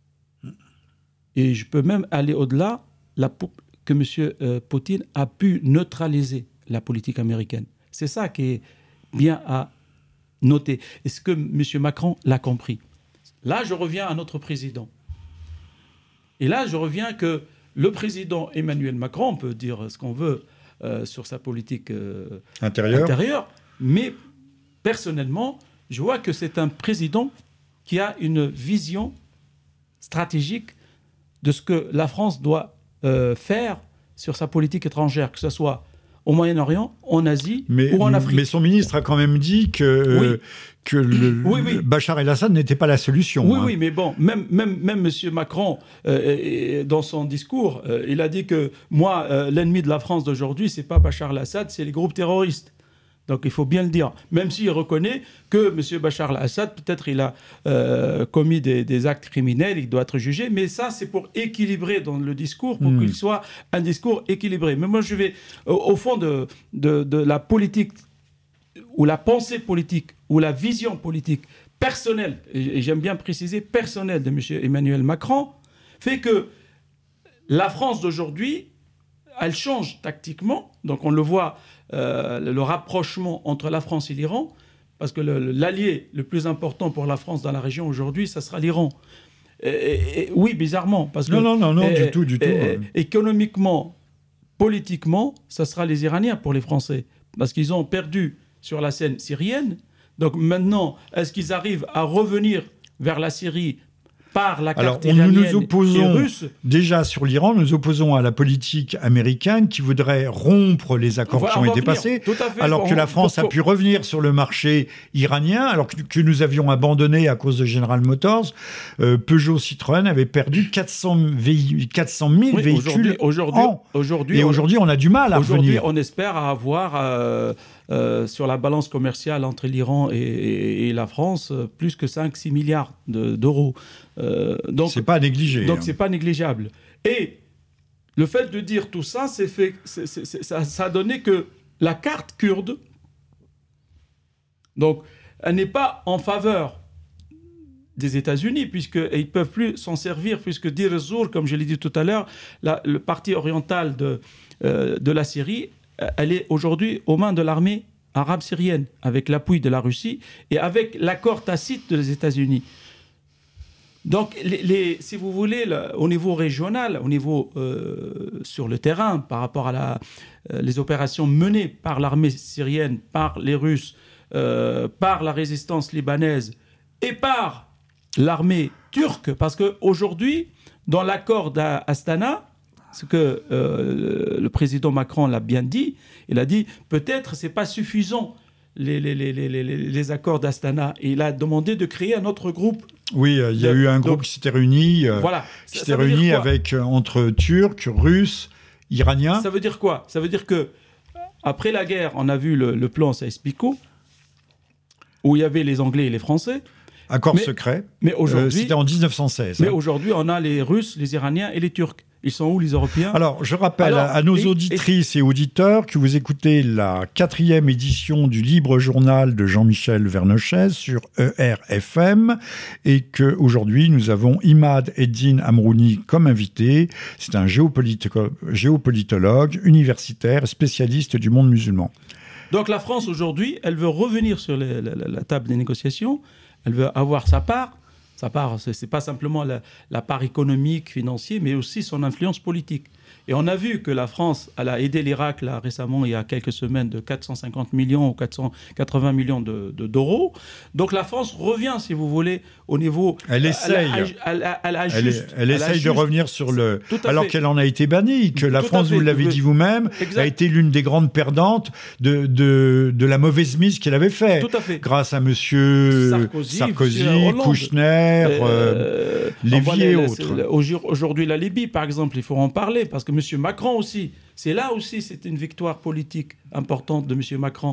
Et je peux même aller au-delà, que M. Poutine a pu neutraliser la politique américaine. C'est ça qui est bien à noter. Est-ce que M. Macron l'a compris? Là, je reviens à notre président. Et là, je reviens que le président Emmanuel Macron, on peut dire ce qu'on veut sur sa politique intérieure, mais personnellement, je vois que c'est un président qui a une vision stratégique de ce que la France doit faire sur sa politique étrangère, que ce soit au Moyen-Orient, en Asie ou en Afrique. Mais son ministre a quand même dit que Bachar el-Assad n'était pas la solution. Oui, mais bon, même M. Macron, dans son discours, il a dit que moi, l'ennemi de la France d'aujourd'hui, c'est pas Bachar el-Assad, c'est les groupes terroristes. Donc il faut bien le dire, même s'il reconnaît que M. Bachar el-Assad, peut-être il a commis des actes criminels, il doit être jugé, mais ça c'est pour équilibrer dans le discours, pour qu'il soit un discours équilibré. Mais moi je vais au fond de la politique, ou la pensée politique, ou la vision politique personnelle, et j'aime bien préciser personnelle de M. Emmanuel Macron, fait que la France d'aujourd'hui, elle change tactiquement, donc on le voit, le rapprochement entre la France et l'Iran, parce que l'allié le plus important pour la France dans la région aujourd'hui, ça sera l'Iran. Oui, bizarrement. Parce que, non, du tout. Économiquement, politiquement, ça sera les Iraniens pour les Français. Parce qu'ils ont perdu sur la scène syrienne. Donc maintenant, est-ce qu'ils arrivent à revenir vers la Syrie par la carte iranienne nous nous opposons, et russe? déjà sur l'Iran, nous opposons à la politique américaine qui voudrait rompre les accords qui ont été passés, alors que la France a pu revenir sur le marché iranien, alors que nous avions abandonné à cause de General Motors. Peugeot Citroën avait perdu 400 000 véhicules aujourd'hui, on a du mal à revenir. Aujourd'hui, on espère avoir... sur la balance commerciale entre l'Iran et la France, plus que 5-6 milliards d'euros. Donc, c'est pas négligé. Donc, c'est pas négligeable. Et le fait de dire tout ça, ça a donné que la carte kurde, donc, elle n'est pas en faveur des États-Unis, puisqu'ils ne peuvent plus s'en servir, puisque Deir ez-Zor, comme je l'ai dit tout à l'heure, le parti oriental de la Syrie, elle est aujourd'hui aux mains de l'armée arabe syrienne, avec l'appui de la Russie et avec l'accord tacite des États-Unis. Donc, si vous voulez, au niveau régional, au niveau sur le terrain, par rapport à les opérations menées par l'armée syrienne, par les Russes, par la résistance libanaise et par l'armée turque, parce qu'aujourd'hui, dans l'accord d'Astana, ce que le président Macron l'a bien dit, il a dit peut-être c'est pas suffisant les accords d'Astana, et il a demandé de créer un autre groupe. Oui, il y a eu un groupe qui s'était réuni, avec entre Turcs, Russes, Iraniens. Ça veut dire quoi? Ça veut dire que après la guerre, on a vu le plan Sykes-Picot, où il y avait les Anglais et les Français. Accord secret. Mais aujourd'hui, c'était en 1916. Mais aujourd'hui, on a les Russes, les Iraniens et les Turcs. Ils sont où, les Européens? Alors, je rappelle à nos auditrices et auditeurs que vous écoutez la 4e édition du Libre Journal de Jean-Michel Vernochet sur ERFM et qu'aujourd'hui, nous avons Imad Eddin Amrouni comme invité. C'est un géopolitologue, universitaire, spécialiste du monde musulman. Donc, la France, aujourd'hui, elle veut revenir sur la table des négociations. Elle veut avoir sa part. Sa part, ce n'est pas simplement la part économique, financière, mais aussi son influence politique. Et on a vu que la France, elle a aidé l'Irak là, récemment, il y a quelques semaines, de 450 millions ou 480 millions d'euros. Donc la France revient, si vous voulez, au niveau... Elle essaye. Elle essaye de revenir sur le... Alors qu'elle en a été bannie, que la France, vous l'avez dit vous-même, a été l'une des grandes perdantes de la mauvaise mise qu'elle avait faite. Tout à fait. Grâce à M. Sarkozy, Kouchner, Lévy et autres. Aujourd'hui, la Libye, par exemple, il faut en parler, parce que M. Macron aussi, c'est une victoire politique importante de M. Macron,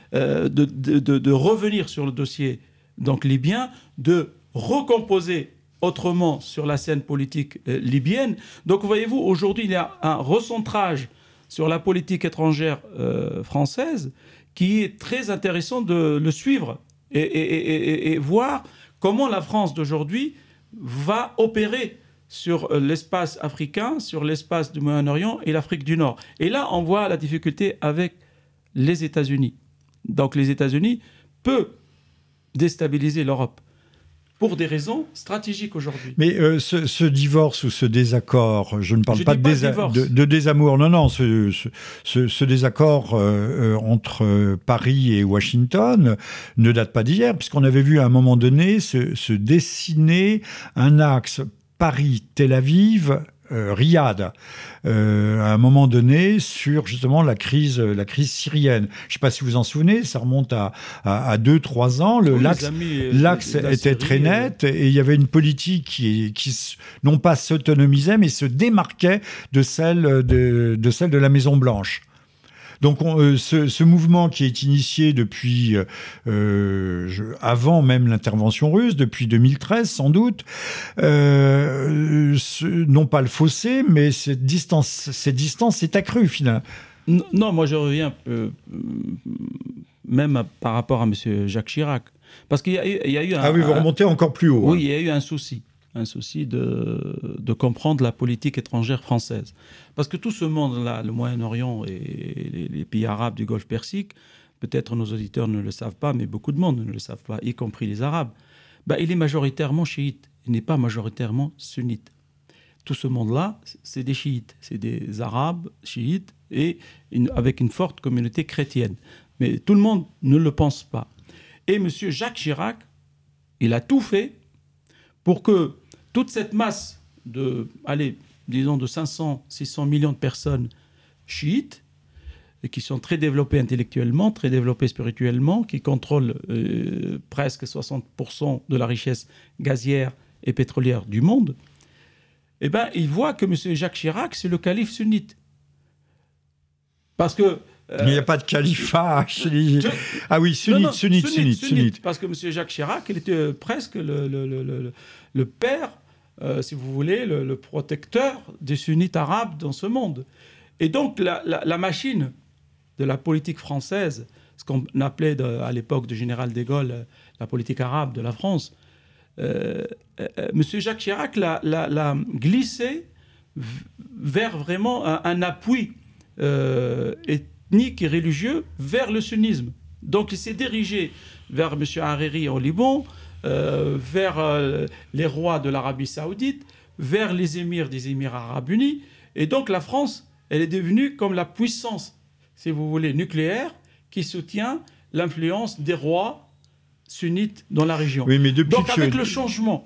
de revenir sur le dossier donc libyen, de recomposer autrement sur la scène politique libyenne. Donc, voyez-vous, aujourd'hui, il y a un recentrage sur la politique étrangère française qui est très intéressant de le suivre et voir comment la France d'aujourd'hui va opérer sur l'espace africain, sur l'espace du Moyen-Orient et l'Afrique du Nord. Et là, on voit la difficulté avec les États-Unis. Donc les États-Unis peuvent déstabiliser l'Europe pour des raisons stratégiques aujourd'hui. Mais ce divorce ou ce désaccord, je ne parle pas de désamour, non, ce désaccord entre Paris et Washington ne date pas d'hier, puisqu'on avait vu à un moment donné se dessiner un axe Paris-Tel Aviv, Riyad, à un moment donné, sur justement la crise syrienne. Je ne sais pas si vous vous en souvenez, ça remonte à 2-3 ans. L'axe était très net et il y avait une politique qui non pas s'autonomisait, mais se démarquait de celle de la Maison-Blanche. Donc ce mouvement qui est initié depuis avant même l'intervention russe, depuis 2013 sans doute, non pas le fossé, mais cette distance s'est accrue finalement. Non, moi je reviens même par rapport à M. Jacques Chirac. Parce qu'il y a eu vous remontez encore plus haut. Oui, il y a eu un souci de comprendre la politique étrangère française. Parce que tout ce monde-là, le Moyen-Orient et les pays arabes du Golfe Persique, peut-être nos auditeurs ne le savent pas, mais beaucoup de monde ne le savent pas, y compris les Arabes, il est majoritairement chiite, il n'est pas majoritairement sunnite. tout ce monde-là, c'est des chiites, c'est des Arabes chiites et avec une forte communauté chrétienne. Mais tout le monde ne le pense pas. Et M. Jacques Chirac, il a tout fait pour que toute cette masse disons de 500, 600 millions de personnes chiites, et qui sont très développées intellectuellement, très développées spirituellement, qui contrôlent presque 60% de la richesse gazière et pétrolière du monde, eh ben, ils voient que M. Jacques Chirac, c'est le calife sunnite. Parce que... il n'y a pas de califat. Ah oui, sunnite. Parce que M. Jacques Chirac, il était presque le père, si vous voulez, le protecteur des sunnites arabes dans ce monde. Et donc, la machine de la politique française, ce qu'on appelait à l'époque du général de Gaulle la politique arabe de la France, M. Jacques Chirac l'a glissé vers vraiment un appui ethnique et religieux vers le sunnisme. Donc il s'est dirigé vers M. Hariri au Liban, vers les rois de l'Arabie saoudite, vers les émirs des Émirats arabes unis. Et donc la France, elle est devenue comme la puissance, si vous voulez, nucléaire, qui soutient l'influence des rois sunnites dans la région. Oui, mais donc avec le changement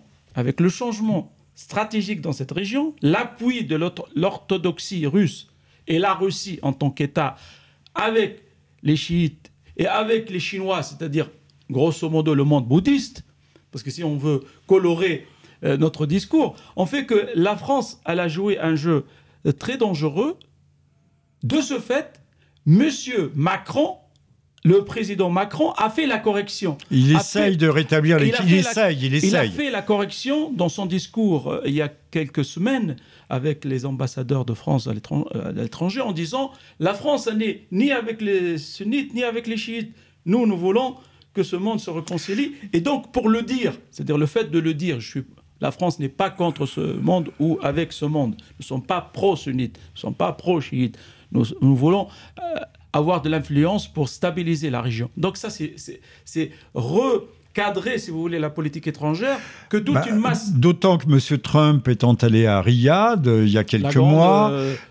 stratégique dans cette région, l'appui de l'orthodoxie russe et la Russie en tant qu'État avec les chiites et avec les Chinois, c'est-à-dire grosso modo le monde bouddhiste, parce que si on veut colorer notre discours, on fait que la France, elle a joué un jeu très dangereux. De ce fait, Monsieur Macron, le président Macron, a fait la correction. Il essaye de rétablir l'équilibre. Il a fait la correction dans son discours il y a quelques semaines avec les ambassadeurs de France à l'étranger en disant « La France n'est ni avec les sunnites ni avec les chiites. Nous voulons que ce monde se réconcilie. » Et donc, pour le dire, c'est-à-dire le fait de le dire, la France n'est pas contre ce monde ou avec ce monde. Nous ne sommes pas pro-sunnites, nous ne sommes pas pro-chiites. Nous voulons avoir de l'influence pour stabiliser la région. Donc ça, c'est recadrer, si vous voulez, la politique étrangère, que toute une masse... D'autant que M. Trump étant allé à Riyad, il y a quelques mois,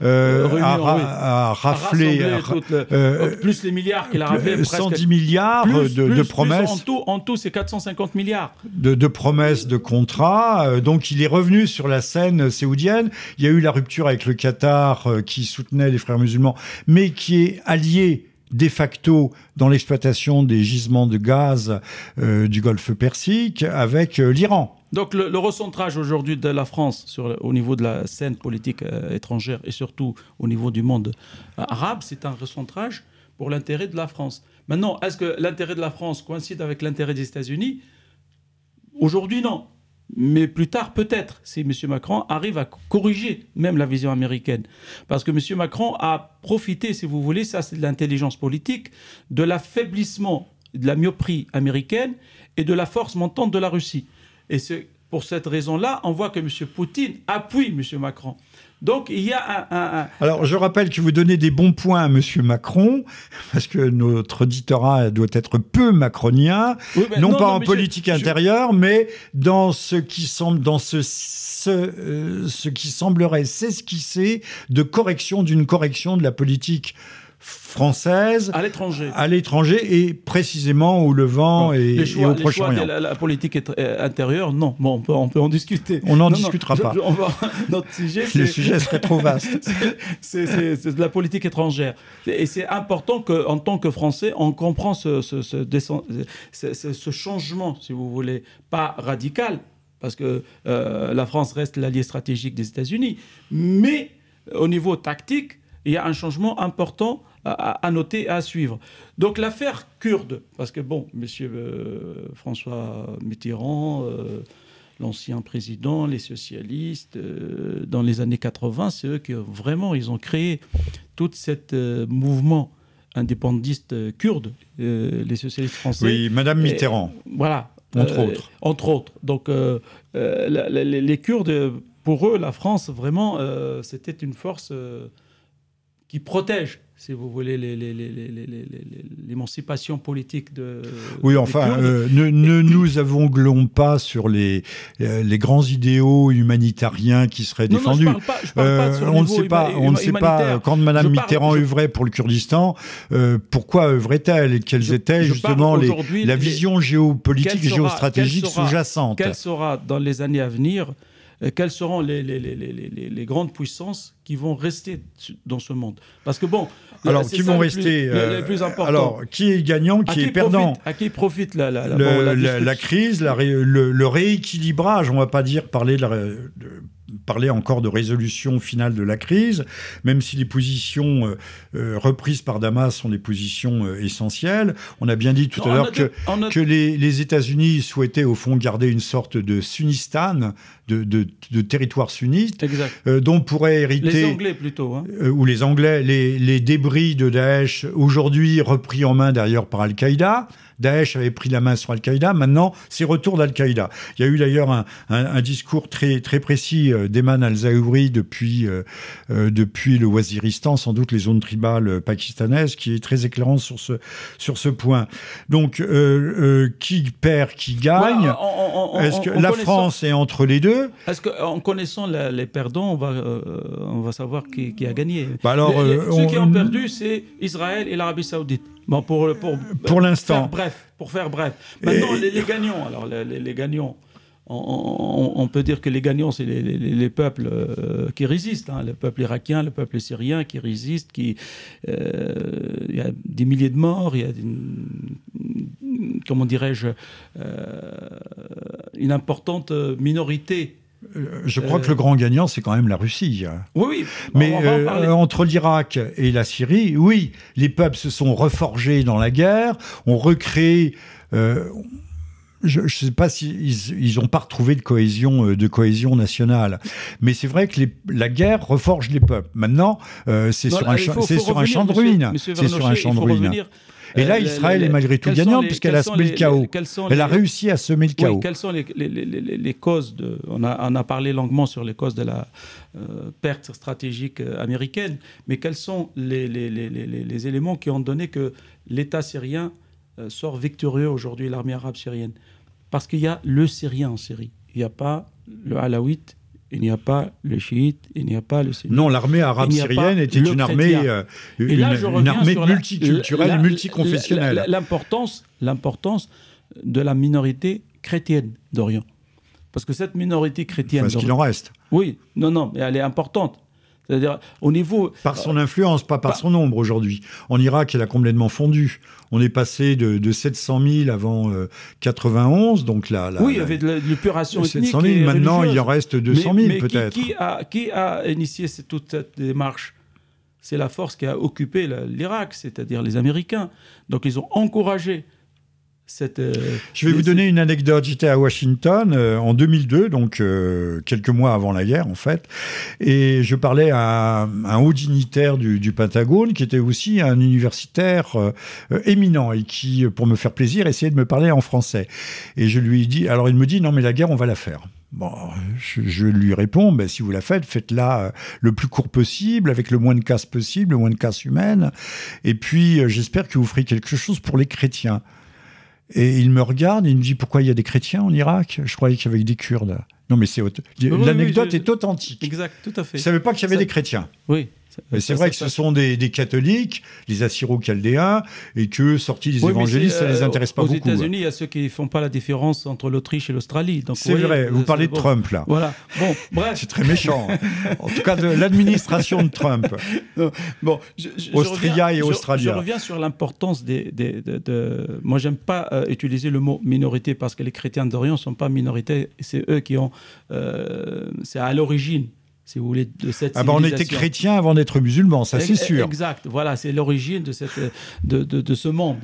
a raflé... plus les milliards qu'il a raflé. 110 milliards de promesses. En tout, c'est 450 milliards. De promesses, de contrats. Donc il est revenu sur la scène saoudienne. Il y a eu la rupture avec le Qatar qui soutenait les frères musulmans, mais qui est allié de facto dans l'exploitation des gisements de gaz du Golfe Persique avec l'Iran. Donc le recentrage aujourd'hui de la France au niveau de la scène politique étrangère et surtout au niveau du monde arabe, c'est un recentrage pour l'intérêt de la France. Maintenant, est-ce que l'intérêt de la France coïncide avec l'intérêt des États-Unis ? Aujourd'hui, non. Mais plus tard, peut-être, si M. Macron arrive à corriger même la vision américaine. Parce que M. Macron a profité, si vous voulez, ça c'est de l'intelligence politique, de l'affaiblissement, de la myopie américaine et de la force montante de la Russie. Et c'est pour cette raison-là, on voit que M. Poutine appuie M. Macron. Donc, il y a Alors, je rappelle que vous donnez des bons points à M. Macron, parce que notre auditorat doit être peu macronien, non pas en politique intérieure, mais dans ce qui semble, ce qui semblerait s'esquisser de correction d'une correction de la politique française à l'étranger et précisément au Levant et au Proche-Orient. La politique intérieure, non. Bon, on peut en discuter. On n'en discutera pas. Notre sujet, le sujet serait trop vaste. C'est de la politique étrangère. Et c'est important qu'en tant que Français, on comprend ce changement, si vous voulez, pas radical, parce que la France reste l'allié stratégique des États-Unis, mais au niveau tactique, il y a un changement important à noter et à suivre. Donc l'affaire kurde, parce que bon, M. François Mitterrand, l'ancien président, les socialistes, dans les années 80, c'est eux qui vraiment ils ont créé tout ce mouvement indépendantiste kurde, les socialistes français. Oui, Madame Mitterrand. Voilà. Entre autres. Donc les Kurdes, pour eux, la France, vraiment, c'était une force qui protège, si vous voulez, l'émancipation politique de. Oui, enfin, ne nous aveuglons pas sur les grands idéaux humanitariens qui seraient défendus. Non, je parle pas sur le niveau on ne sait pas quand Mme Mitterrand œuvrait pour le Kurdistan, pourquoi œuvrait-elle et quelles étaient justement la vision géopolitique et géostratégique sous-jacente. Quelle sera dans les années à venir? Quelles seront les grandes puissances qui vont rester dans ce monde? Parce que bon, alors qui vont rester les plus importants. Alors qui est gagnant, qui est perdant? À qui profite la crise, le rééquilibrage? On ne va pas dire parler encore de résolution finale de la crise, même si les positions reprises par Damas sont des positions essentielles. On a bien dit tout à l'heure que les États-Unis souhaitaient au fond garder une sorte de Sunnistan, de territoire sunnite, dont pourraient hériter... Les Anglais plutôt. Ou les Anglais, les débris de Daesh, aujourd'hui repris en main d'ailleurs par Al-Qaïda. Daesh avait pris la main sur Al-Qaïda, maintenant c'est retour d'Al-Qaïda. Il y a eu d'ailleurs un discours très, très précis d'Ayman al-Zawahiri depuis le Waziristan, sans doute les zones tribales pakistanaises, qui est très éclairant sur ce point. Donc, qui perd, qui gagne? Est-ce que la France est entre les deux? Est-ce qu'en connaissant les perdants, on va savoir qui a gagné? Ceux qui ont perdu, c'est Israël et l'Arabie Saoudite. Bon, pour l'instant. Pour faire bref. Maintenant, les gagnants. Alors, les gagnants, on peut dire que les gagnants, c'est les peuples qui résistent. Le peuple irakien, le peuple syrien qui résiste. Il y a des milliers de morts, il y a comment dirais-je, une importante minorité. Je crois que le grand gagnant, c'est quand même la Russie. Oui. Mais entre l'Irak et la Syrie, oui, les peuples se sont reforgés dans la guerre, ont recréé... je ne sais pas s'ils n'ont pas retrouvé de cohésion nationale. Mais c'est vrai que la guerre reforge les peuples. Maintenant, c'est sur un champ de ruines. C'est sur un champ de ruines. Et là, Israël est malgré tout gagnante puisqu'elle a semé le chaos. Elle a réussi à semer le chaos. Oui, quelles sont les causes on a parlé longuement sur les causes de la perte stratégique américaine, mais quels sont les éléments qui ont donné que l'État syrien sort victorieux aujourd'hui, l'armée arabe syrienne? Parce qu'il y a le Syrien en Syrie. Il n'y a pas le Alawite, il n'y a pas le chiite, il n'y a pas le sunnite. Non, l'armée arabe syrienne était une armée multiculturelle et multiconfessionnelle. L'importance de la minorité chrétienne d'Orient. Parce que cette minorité chrétienne... Parce qu'il en reste. Oui, non, mais elle est importante. C'est-à-dire, au niveau... Par son influence, pas par son nombre aujourd'hui. En Irak, elle a complètement fondu. On est passé de 700 000 avant 91, donc là... Oui, il y avait de l'épuration ethnique 700 000, maintenant il en reste 200 000 peut-être. Qui a initié toute cette démarche? C'est la force qui a occupé l'Irak, c'est-à-dire les Américains. Donc ils ont encouragé Je vais vous donner une anecdote. J'étais à Washington en 2002, donc quelques mois avant la guerre en fait, et je parlais à un haut dignitaire du Pentagone qui était aussi un universitaire éminent et qui, pour me faire plaisir, essayait de me parler en français. Et je lui ai dit, alors il me dit, non mais la guerre on va la faire. Bon, je lui réponds, si vous la faites, faites-la le plus court possible, avec le moins de casse possible, le moins de casse humaine, et puis j'espère que vous ferez quelque chose pour les chrétiens. Et il me regarde, il me dit, pourquoi il y a des chrétiens en Irak? Je croyais qu'il y avait des Kurdes. Non, mais l'anecdote est authentique. Exact, tout à fait. Je ne savais pas qu'il y avait des chrétiens. Oui. Mais c'est vrai que ce sont des catholiques, les assyro-chaldéens, et que, sortis des évangélistes, ça ne les intéresse pas beaucoup. Aux États-Unis, il y a ceux qui ne font pas la différence entre l'Autriche et l'Australie. C'est vrai, vous parlez de Trump, là. Voilà, bon, bref. C'est très méchant. En tout cas, de l'administration de Trump. Bon, Austria et Australia. Je reviens sur l'importance Moi, j'aime pas utiliser le mot minorité, parce que les chrétiens d'Orient ne sont pas minorités. C'est eux qui ont... c'est à l'origine, si vous voulez, de cette civilisation. On était chrétiens avant d'être musulmans, ça c'est sûr. Exact, voilà, c'est l'origine de ce monde.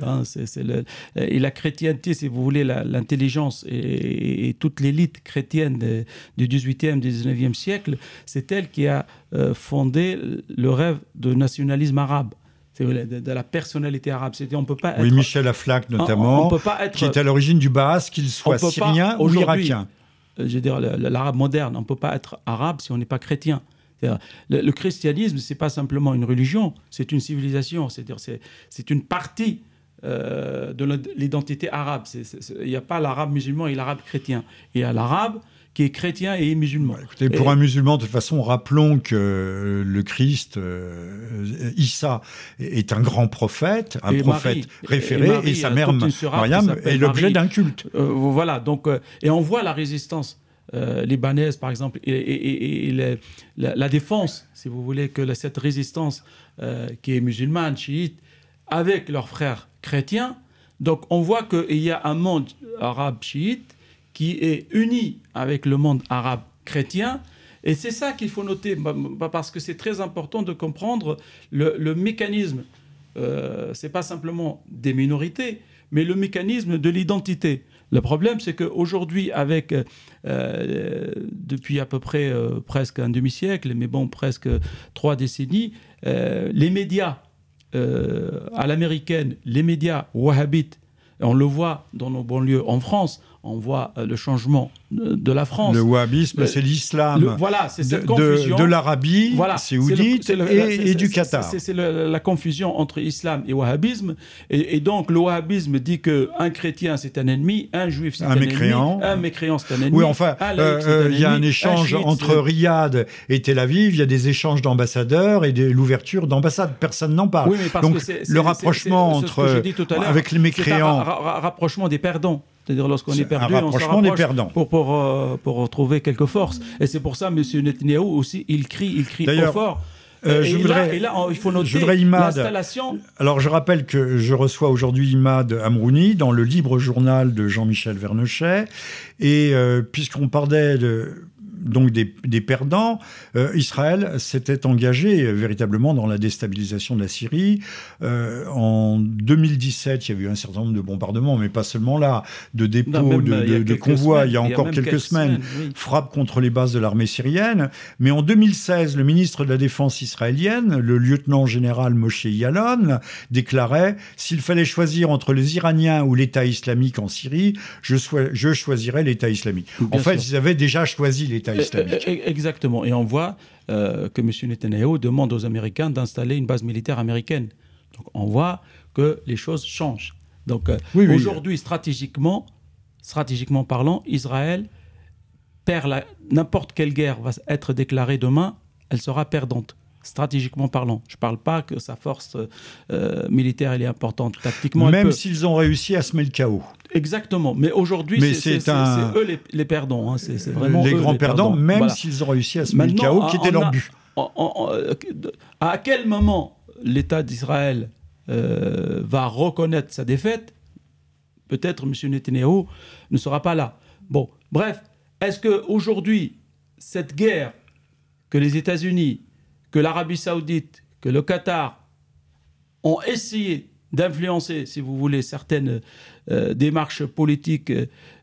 Et la chrétienté, si vous voulez, l'intelligence et toute l'élite chrétienne du 18e, du 19e siècle, c'est elle qui a fondé le rêve de nationalisme arabe. De la personnalité arabe. On peut pas être... Oui, Michel Aflaq notamment, qui est à l'origine du Baas, qu'il soit syrien ou irakien. Je veux dire, l'arabe moderne, on ne peut pas être arabe si on n'est pas chrétien. Le christianisme, c'est pas simplement une religion, c'est une civilisation. C'est-à-dire, c'est une partie de l'identité arabe. Il n'y a pas l'arabe musulman et l'arabe chrétien. Il y a l'arabe qui est chrétien et musulman. Écoutez, pour un musulman, de toute façon, rappelons que le Christ, Issa, est un grand prophète, un prophète référé, et sa mère, Mariam, est l'objet d'un culte. Voilà, donc, et on voit la résistance libanaise, par exemple, et la défense, si vous voulez, que cette résistance qui est musulmane, chiite, avec leurs frères chrétiens. Donc, on voit qu'il y a un monde arabe chiite qui est uni avec le monde arabe chrétien. Et c'est ça qu'il faut noter, parce que c'est très important de comprendre le mécanisme. Ce n'est pas simplement des minorités, mais le mécanisme de l'identité. Le problème, c'est qu'aujourd'hui, depuis à peu près presque un demi-siècle, mais bon, presque 3 décennies, les médias à l'américaine, les médias wahhabites, on le voit dans nos banlieues en France, on voit le changement de la France. Le wahhabisme, c'est l'islam voilà, c'est cette confusion. De l'Arabie saoudite et du Qatar. C'est la confusion entre islam et wahhabisme. Et donc, le wahhabisme dit qu'un chrétien, c'est un ennemi, un juif, c'est un mécréant. ennemi, un mécréant, c'est un ennemi. Oui, enfin, il y a un échange entre Riyad et Tel Aviv, il y a des échanges d'ambassadeurs et l'ouverture d'ambassades. Personne n'en parle. Oui, donc, le rapprochement avec les mécréants... C'est un rapprochement des perdants. C'est-à-dire, lorsqu'on est perdu, on se rapproche pour retrouver quelques forces. Et c'est pour ça, M. Netanyahou aussi, il crie au fort. Il faut noter l'installation. Alors, je rappelle que je reçois aujourd'hui Imad Amrouni dans le libre journal de Jean-Michel Vernochet. Et puisqu'on parlait donc des perdants, Israël s'était engagé véritablement dans la déstabilisation de la Syrie. En 2017, il y avait eu un certain nombre de bombardements, mais pas seulement là, de dépôts, de convois, il y a encore quelques semaines, frappes contre les bases de l'armée syrienne. Mais en 2016, le ministre de la Défense israélienne, le lieutenant-général Moshe Yaalon, déclarait « S'il fallait choisir entre les Iraniens ou l'État islamique en Syrie, je choisirais l'État islamique. » En fait, ils avaient déjà choisi l'État islamique. Exactement. Et on voit que M. Netanyahou demande aux Américains d'installer une base militaire américaine. Donc on voit que les choses changent. Donc aujourd'hui, stratégiquement parlant, Israël perd n'importe quelle guerre va être déclarée demain, elle sera perdante. Stratégiquement parlant. Je ne parle pas que sa force militaire elle est importante. Tactiquement, même s'ils ont réussi à semer le chaos. Exactement. Mais aujourd'hui, c'est eux les perdants. Hein. C'est vraiment les grands perdants, même s'ils ont réussi à semer le chaos, qui était leur but. À quel moment l'État d'Israël va reconnaître sa défaite? Peut-être M. Netanyahou ne sera pas là. Bon, bref, est-ce qu'aujourd'hui, cette guerre que les États-Unis, que l'Arabie Saoudite, que le Qatar ont essayé d'influencer, si vous voulez, certaines démarches politiques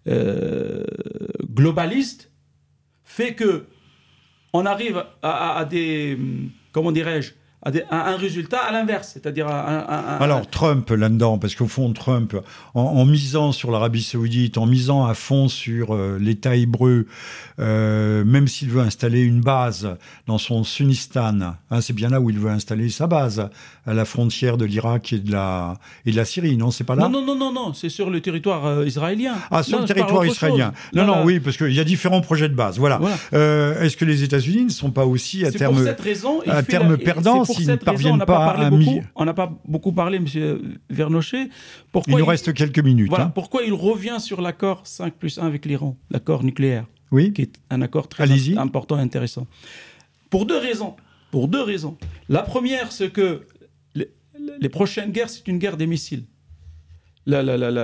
globalistes, fait que on arrive à des, comment dirais-je, à un résultat à l'inverse, c'est-à-dire Alors Trump là-dedans, parce qu'au fond Trump, en misant sur l'Arabie Saoudite, en misant à fond sur l'État hébreu, même s'il veut installer une base dans son Sunnistan, hein, c'est bien là où il veut installer sa base, à la frontière de l'Irak et de la Syrie, non, c'est pas là? Non, c'est sur le territoire israélien. Ah, sur le territoire israélien. Oui, parce qu'il y a différents projets de base. Voilà. Est-ce que les États-Unis ne sont pas aussi à terme perdants s'ils ne parviennent pas à... On n'a pas beaucoup parlé, M. Vernochet. Il nous reste quelques minutes. Voilà, pourquoi il revient sur l'accord 5+1 avec l'Iran, l'accord nucléaire, qui est un accord très important et intéressant. Pour deux raisons. La première, c'est que les prochaines guerres, c'est une guerre des missiles. La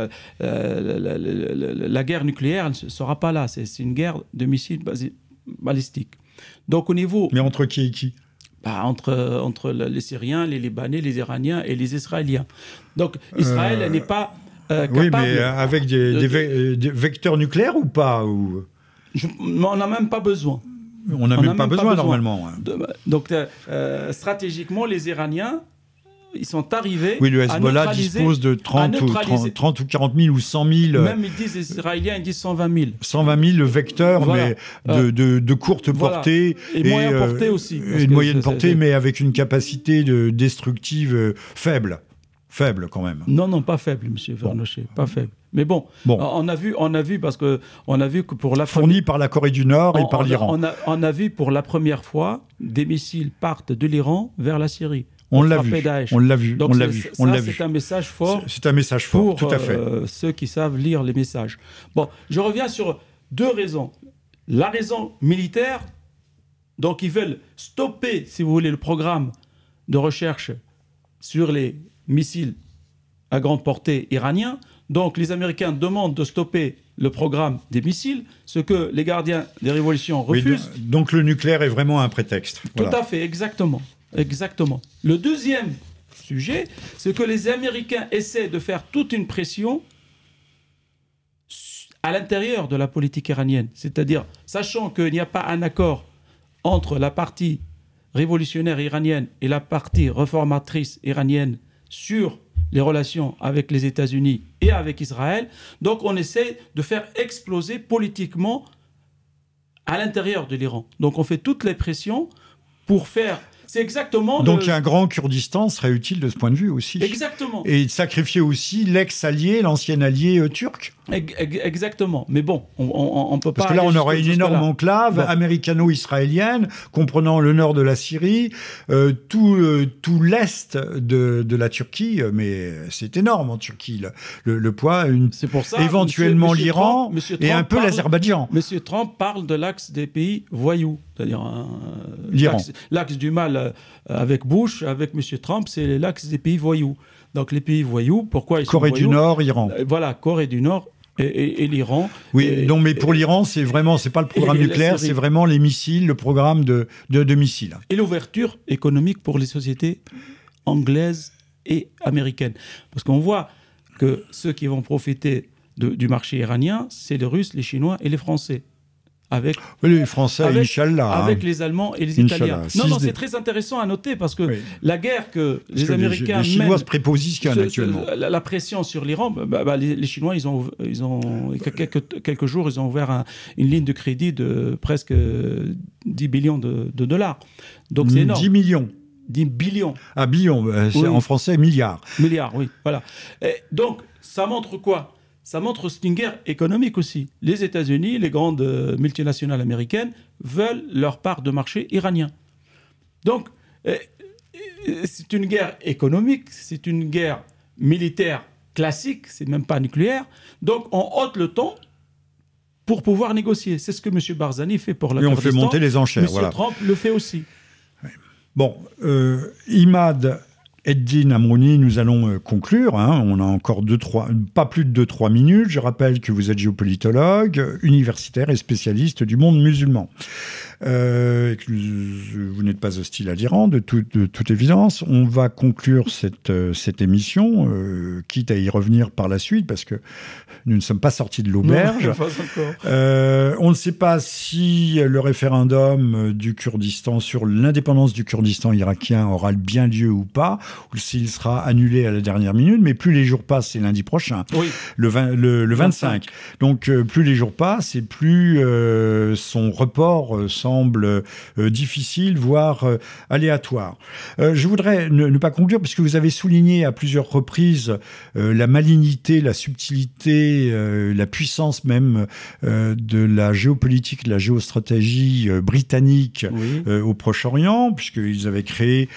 guerre nucléaire, elle ne sera pas là. C'est une guerre de missiles balistiques. Donc, au niveau... Mais entre qui et qui? Entre les Syriens, les Libanais, les Iraniens et les Israéliens. Donc, Israël n'est pas capable... Oui, mais avec des vecteurs nucléaires ou pas on n'a même pas besoin. On n'a même pas besoin, normalement. Donc, stratégiquement, les Iraniens ils sont arrivés. Oui, le Hezbollah dispose de 30 ou 40 000 ou 100 000. Même ils disent, les Israéliens, ils disent 120 000. 120 000 vecteurs, Voilà. mais de courte portée. Et moyenne portée aussi. Et de moyenne portée, mais avec une capacité destructive faible. Faible, quand même. Non, pas faible, M. Vernochet, pas faible. Mais bon, on a vu parce que on a vu que pour la fourni par la Corée du Nord et par l'Iran. On a vu pour la première fois des missiles partent de l'Iran vers la Syrie. On l'a vu. Donc on l'a vu. C'est un message fort. C'est un message fort, tout à fait. Ceux qui savent lire les messages. Bon, je reviens sur deux raisons. La raison militaire, donc ils veulent stopper, si vous voulez, le programme de recherche sur les missiles à grande portée iraniens. Donc les Américains demandent de stopper le programme des missiles, ce que les gardiens des révolutions refusent. Oui, donc le nucléaire est vraiment un prétexte. Tout à fait, exactement. Le deuxième sujet, c'est que les Américains essaient de faire toute une pression à l'intérieur de la politique iranienne. C'est-à-dire, sachant qu'il n'y a pas un accord entre la partie révolutionnaire iranienne et la partie réformatrice iranienne sur les relations avec les États-Unis et avec Israël. Donc on essaie de faire exploser politiquement à l'intérieur de l'Iran. Donc on fait toutes les pressions pour faire... C'est exactement... Donc un grand Kurdistan serait utile de ce point de vue aussi. Exactement. Et sacrifier aussi l'ex-allié, l'ancien allié turc. Exactement. Mais bon, on peut pas... Parce que là, on aurait une énorme enclave américano-israélienne, comprenant le nord de la Syrie, tout l'est de la Turquie, mais c'est énorme en Turquie, le poids. C'est pour ça, éventuellement l'Iran et un peu l'Azerbaïdjan. M. Trump parle de l'axe des pays voyous, c'est-à-dire l'Iran. L'axe du mal avec Bush, avec M. Trump, c'est l'axe des pays voyous. Donc les pays voyous, pourquoi ils sont voyous ? Corée du Nord, Iran. Voilà, Corée du Nord. Et l'Iran. Oui, mais pour l'Iran, c'est pas le programme nucléaire, c'est vraiment les missiles, le programme de missiles. Et l'ouverture économique pour les sociétés anglaises et américaines. Parce qu'on voit que ceux qui vont profiter du marché iranien, c'est les Russes, les Chinois et les Français. Les Français, Inch'Allah. Avec les Allemands et les Italiens. Non, c'est très intéressant à noter parce que la guerre que les Américains... Les Chinois se prépositionnent actuellement. La pression sur l'Iran, les Chinois, ils ont quelques jours, ils ont ouvert une ligne de crédit de presque 10 billions de dollars. Donc c'est énorme. 10 millions. 10 billions. Ah, billions, c'est en français milliards. Milliards, oui, voilà. Et donc, ça montre quoi ? Ça montre c'est une guerre économique aussi. Les États-Unis, les grandes multinationales américaines veulent leur part de marché iranien. Donc, c'est une guerre économique, c'est une guerre militaire classique, c'est même pas nucléaire. Donc, on ôte le temps pour pouvoir négocier. C'est ce que M. Barzani fait pour la Kurdistan. Et on fait monter les enchères. M. Trump le fait aussi. Oui. Bon, Imad Eddine Amrouni, nous allons conclure. On a encore pas plus de 2-3 minutes. Je rappelle que vous êtes géopolitologue, universitaire et spécialiste du monde musulman. Et que vous n'êtes pas hostile à l'Iran, de toute évidence. On va conclure cette émission, quitte à y revenir par la suite, parce que nous ne sommes pas sortis de l'auberge. Non, pas encore. On ne sait pas si le référendum du Kurdistan sur l'indépendance du Kurdistan irakien aura bien lieu ou pas, ou s'il sera annulé à la dernière minute, mais plus les jours passent, c'est lundi prochain, oui. le 25. Donc plus les jours passent et plus son report semble difficile, voire aléatoire. Je voudrais ne pas conclure, parce que vous avez souligné à plusieurs reprises la malignité, la subtilité, la puissance même de la géopolitique, de la géostratégie britannique au Proche-Orient, puisqu'ils avaient créé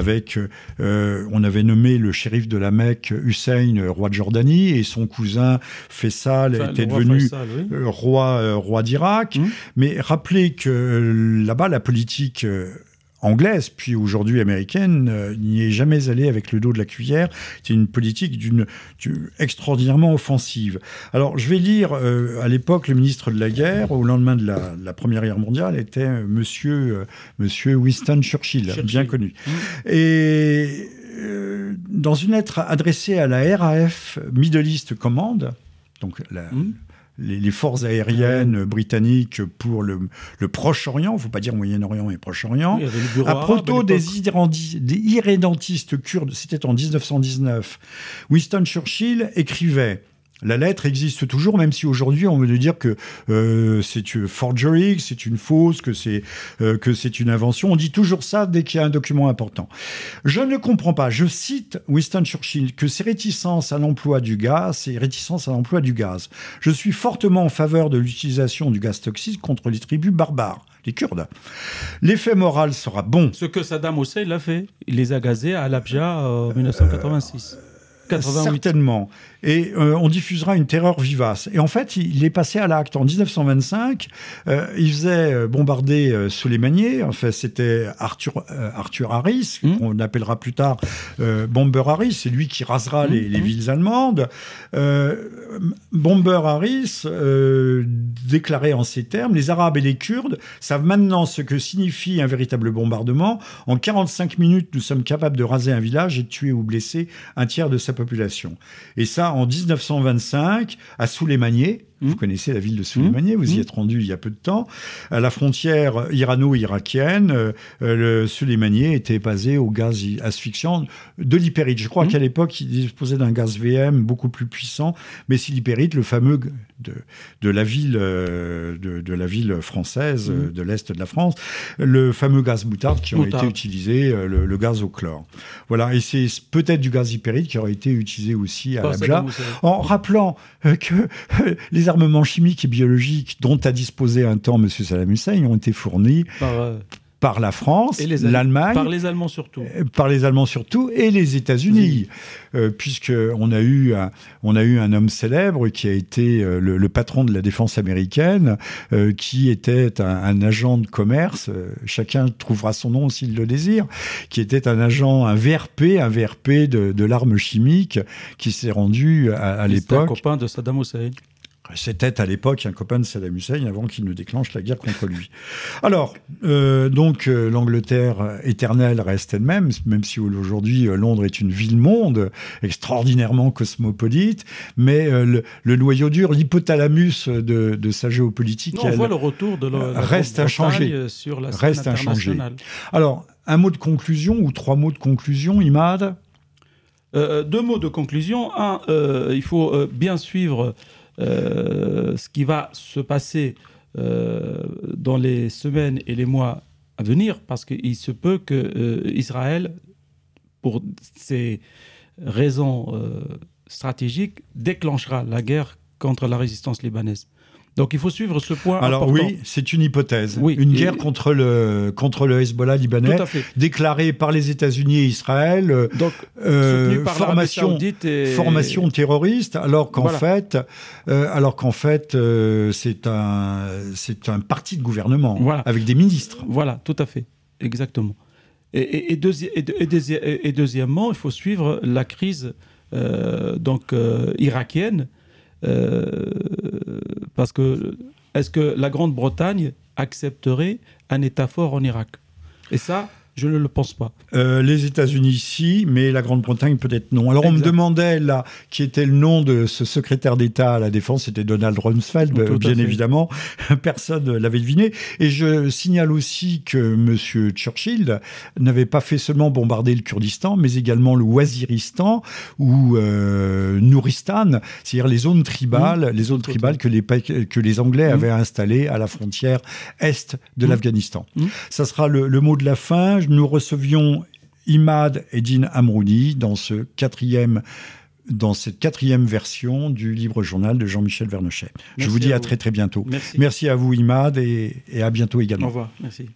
on avait nommé le shérif de la Mecque, Hussein, roi de Jordanie, et son cousin Faisal était devenu roi d'Irak. Mais rappelez que là-bas, la politique anglaise, puis aujourd'hui américaine, n'y est jamais allée avec le dos de la cuillère. C'est une politique extraordinairement offensive. Alors, je vais lire, à l'époque, le ministre de la Guerre, au lendemain de la Première Guerre mondiale, était monsieur Winston Churchill, bien connu. Et dans une lettre adressée à la RAF Middle East Command, donc les forces aériennes britanniques pour le Proche-Orient, il ne faut pas dire Moyen-Orient et Proche-Orient. Oui, à propos des irrédentistes kurdes, c'était en 1919, Winston Churchill écrivait. La lettre existe toujours, même si aujourd'hui on veut nous dire que c'est une forgery, que c'est une fausse, que c'est une invention. On dit toujours ça dès qu'il y a un document important. Je ne comprends pas, je cite Winston Churchill, que ces réticences à l'emploi du gaz, je suis fortement en faveur de l'utilisation du gaz toxique contre les tribus barbares, les Kurdes. L'effet moral sera bon. Ce que Saddam Hussein l'a fait. Il les a gazés à Halabja en 1986. 88. Certainement. Et on diffusera une terreur vivace. Et en fait, il est passé à l'acte. En 1925, il faisait bombarder Soleimani. Enfin, c'était Arthur Harris, qu'on appellera plus tard Bomber Harris. C'est lui qui rasera les villes allemandes. Bomber Harris déclarait en ces termes: les Arabes et les Kurdes savent maintenant ce que signifie un véritable bombardement. En 45 minutes, nous sommes capables de raser un village et de tuer ou blesser un tiers de sa population. Et ça, en 1925, à Souleymanié, vous connaissez la ville de Souleymanié, vous y êtes rendu il y a peu de temps, à la frontière irano-irakienne, le Souleymanié était basé au gaz asphyxiant de l'hypérite. Je crois qu'à l'époque, il disposait d'un gaz VM beaucoup plus puissant, mais c'est l'hypérite, le fameux de la ville française, de l'Est de la France, le fameux gaz moutarde qui aurait été utilisé, le gaz au chlore. Voilà, et c'est peut-être du gaz hypérite qui aurait été utilisé aussi à Halabja, en rappelant que les armements chimiques et biologiques dont a disposé un temps M. Saddam Hussein ont été fournis par la France, l'Allemagne... Par les Allemands surtout. Par les Allemands surtout, et les États-Unis. Puisqu'on a eu un homme célèbre qui a été le patron de la défense américaine, qui était un agent de commerce, chacun trouvera son nom s'il le désire, qui était un VRP de l'arme chimique, qui s'est rendu à l'époque... C'était un copain de Saddam Hussein. C'était à l'époque un copain de Saddam Hussein avant qu'il ne déclenche la guerre contre lui. Alors, l'Angleterre éternelle reste elle-même, même si aujourd'hui Londres est une ville-monde extraordinairement cosmopolite, mais le noyau dur, l'hypothalamus de sa géopolitique, on voit le retour de la reste inchangé sur la scène internationale. Alors, un mot de conclusion ou 3 mots de conclusion, Imad ? 2 mots de conclusion. Un, il faut bien suivre ce qui va se passer dans les semaines et les mois à venir, parce qu'il se peut que Israël, pour ses raisons stratégiques, déclenchera la guerre contre la résistance libanaise. Donc il faut suivre ce point important. Alors oui, c'est une hypothèse. Oui, une guerre contre le Hezbollah libanais, déclarée par les États-Unis et Israël, donc, par formation terroriste, alors qu'en fait, c'est un parti de gouvernement, avec des ministres. Voilà, tout à fait, exactement. Et deuxièmement, il faut suivre la crise irakienne. Parce que est-ce que la Grande-Bretagne accepterait un État fort en Irak ? Et ça, je ne le pense pas. Les États-Unis, si, mais la Grande-Bretagne, peut-être non. Alors, on me demandait, là, qui était le nom de ce secrétaire d'État à la Défense. C'était Donald Rumsfeld, bien évidemment. Personne ne l'avait deviné. Et je signale aussi que M. Churchill n'avait pas fait seulement bombarder le Kurdistan, mais également le Waziristan ou Nouristan, c'est-à-dire les zones tribales, que les Anglais avaient installées à la frontière est de l'Afghanistan. Ça sera le mot de la fin. Nous recevions Imad Eddin Amrouni dans cette quatrième version du livre journal de Jean-Michel Vernochet. Je vous dis à très très bientôt. Merci à vous Imad et à bientôt également. Au revoir, merci.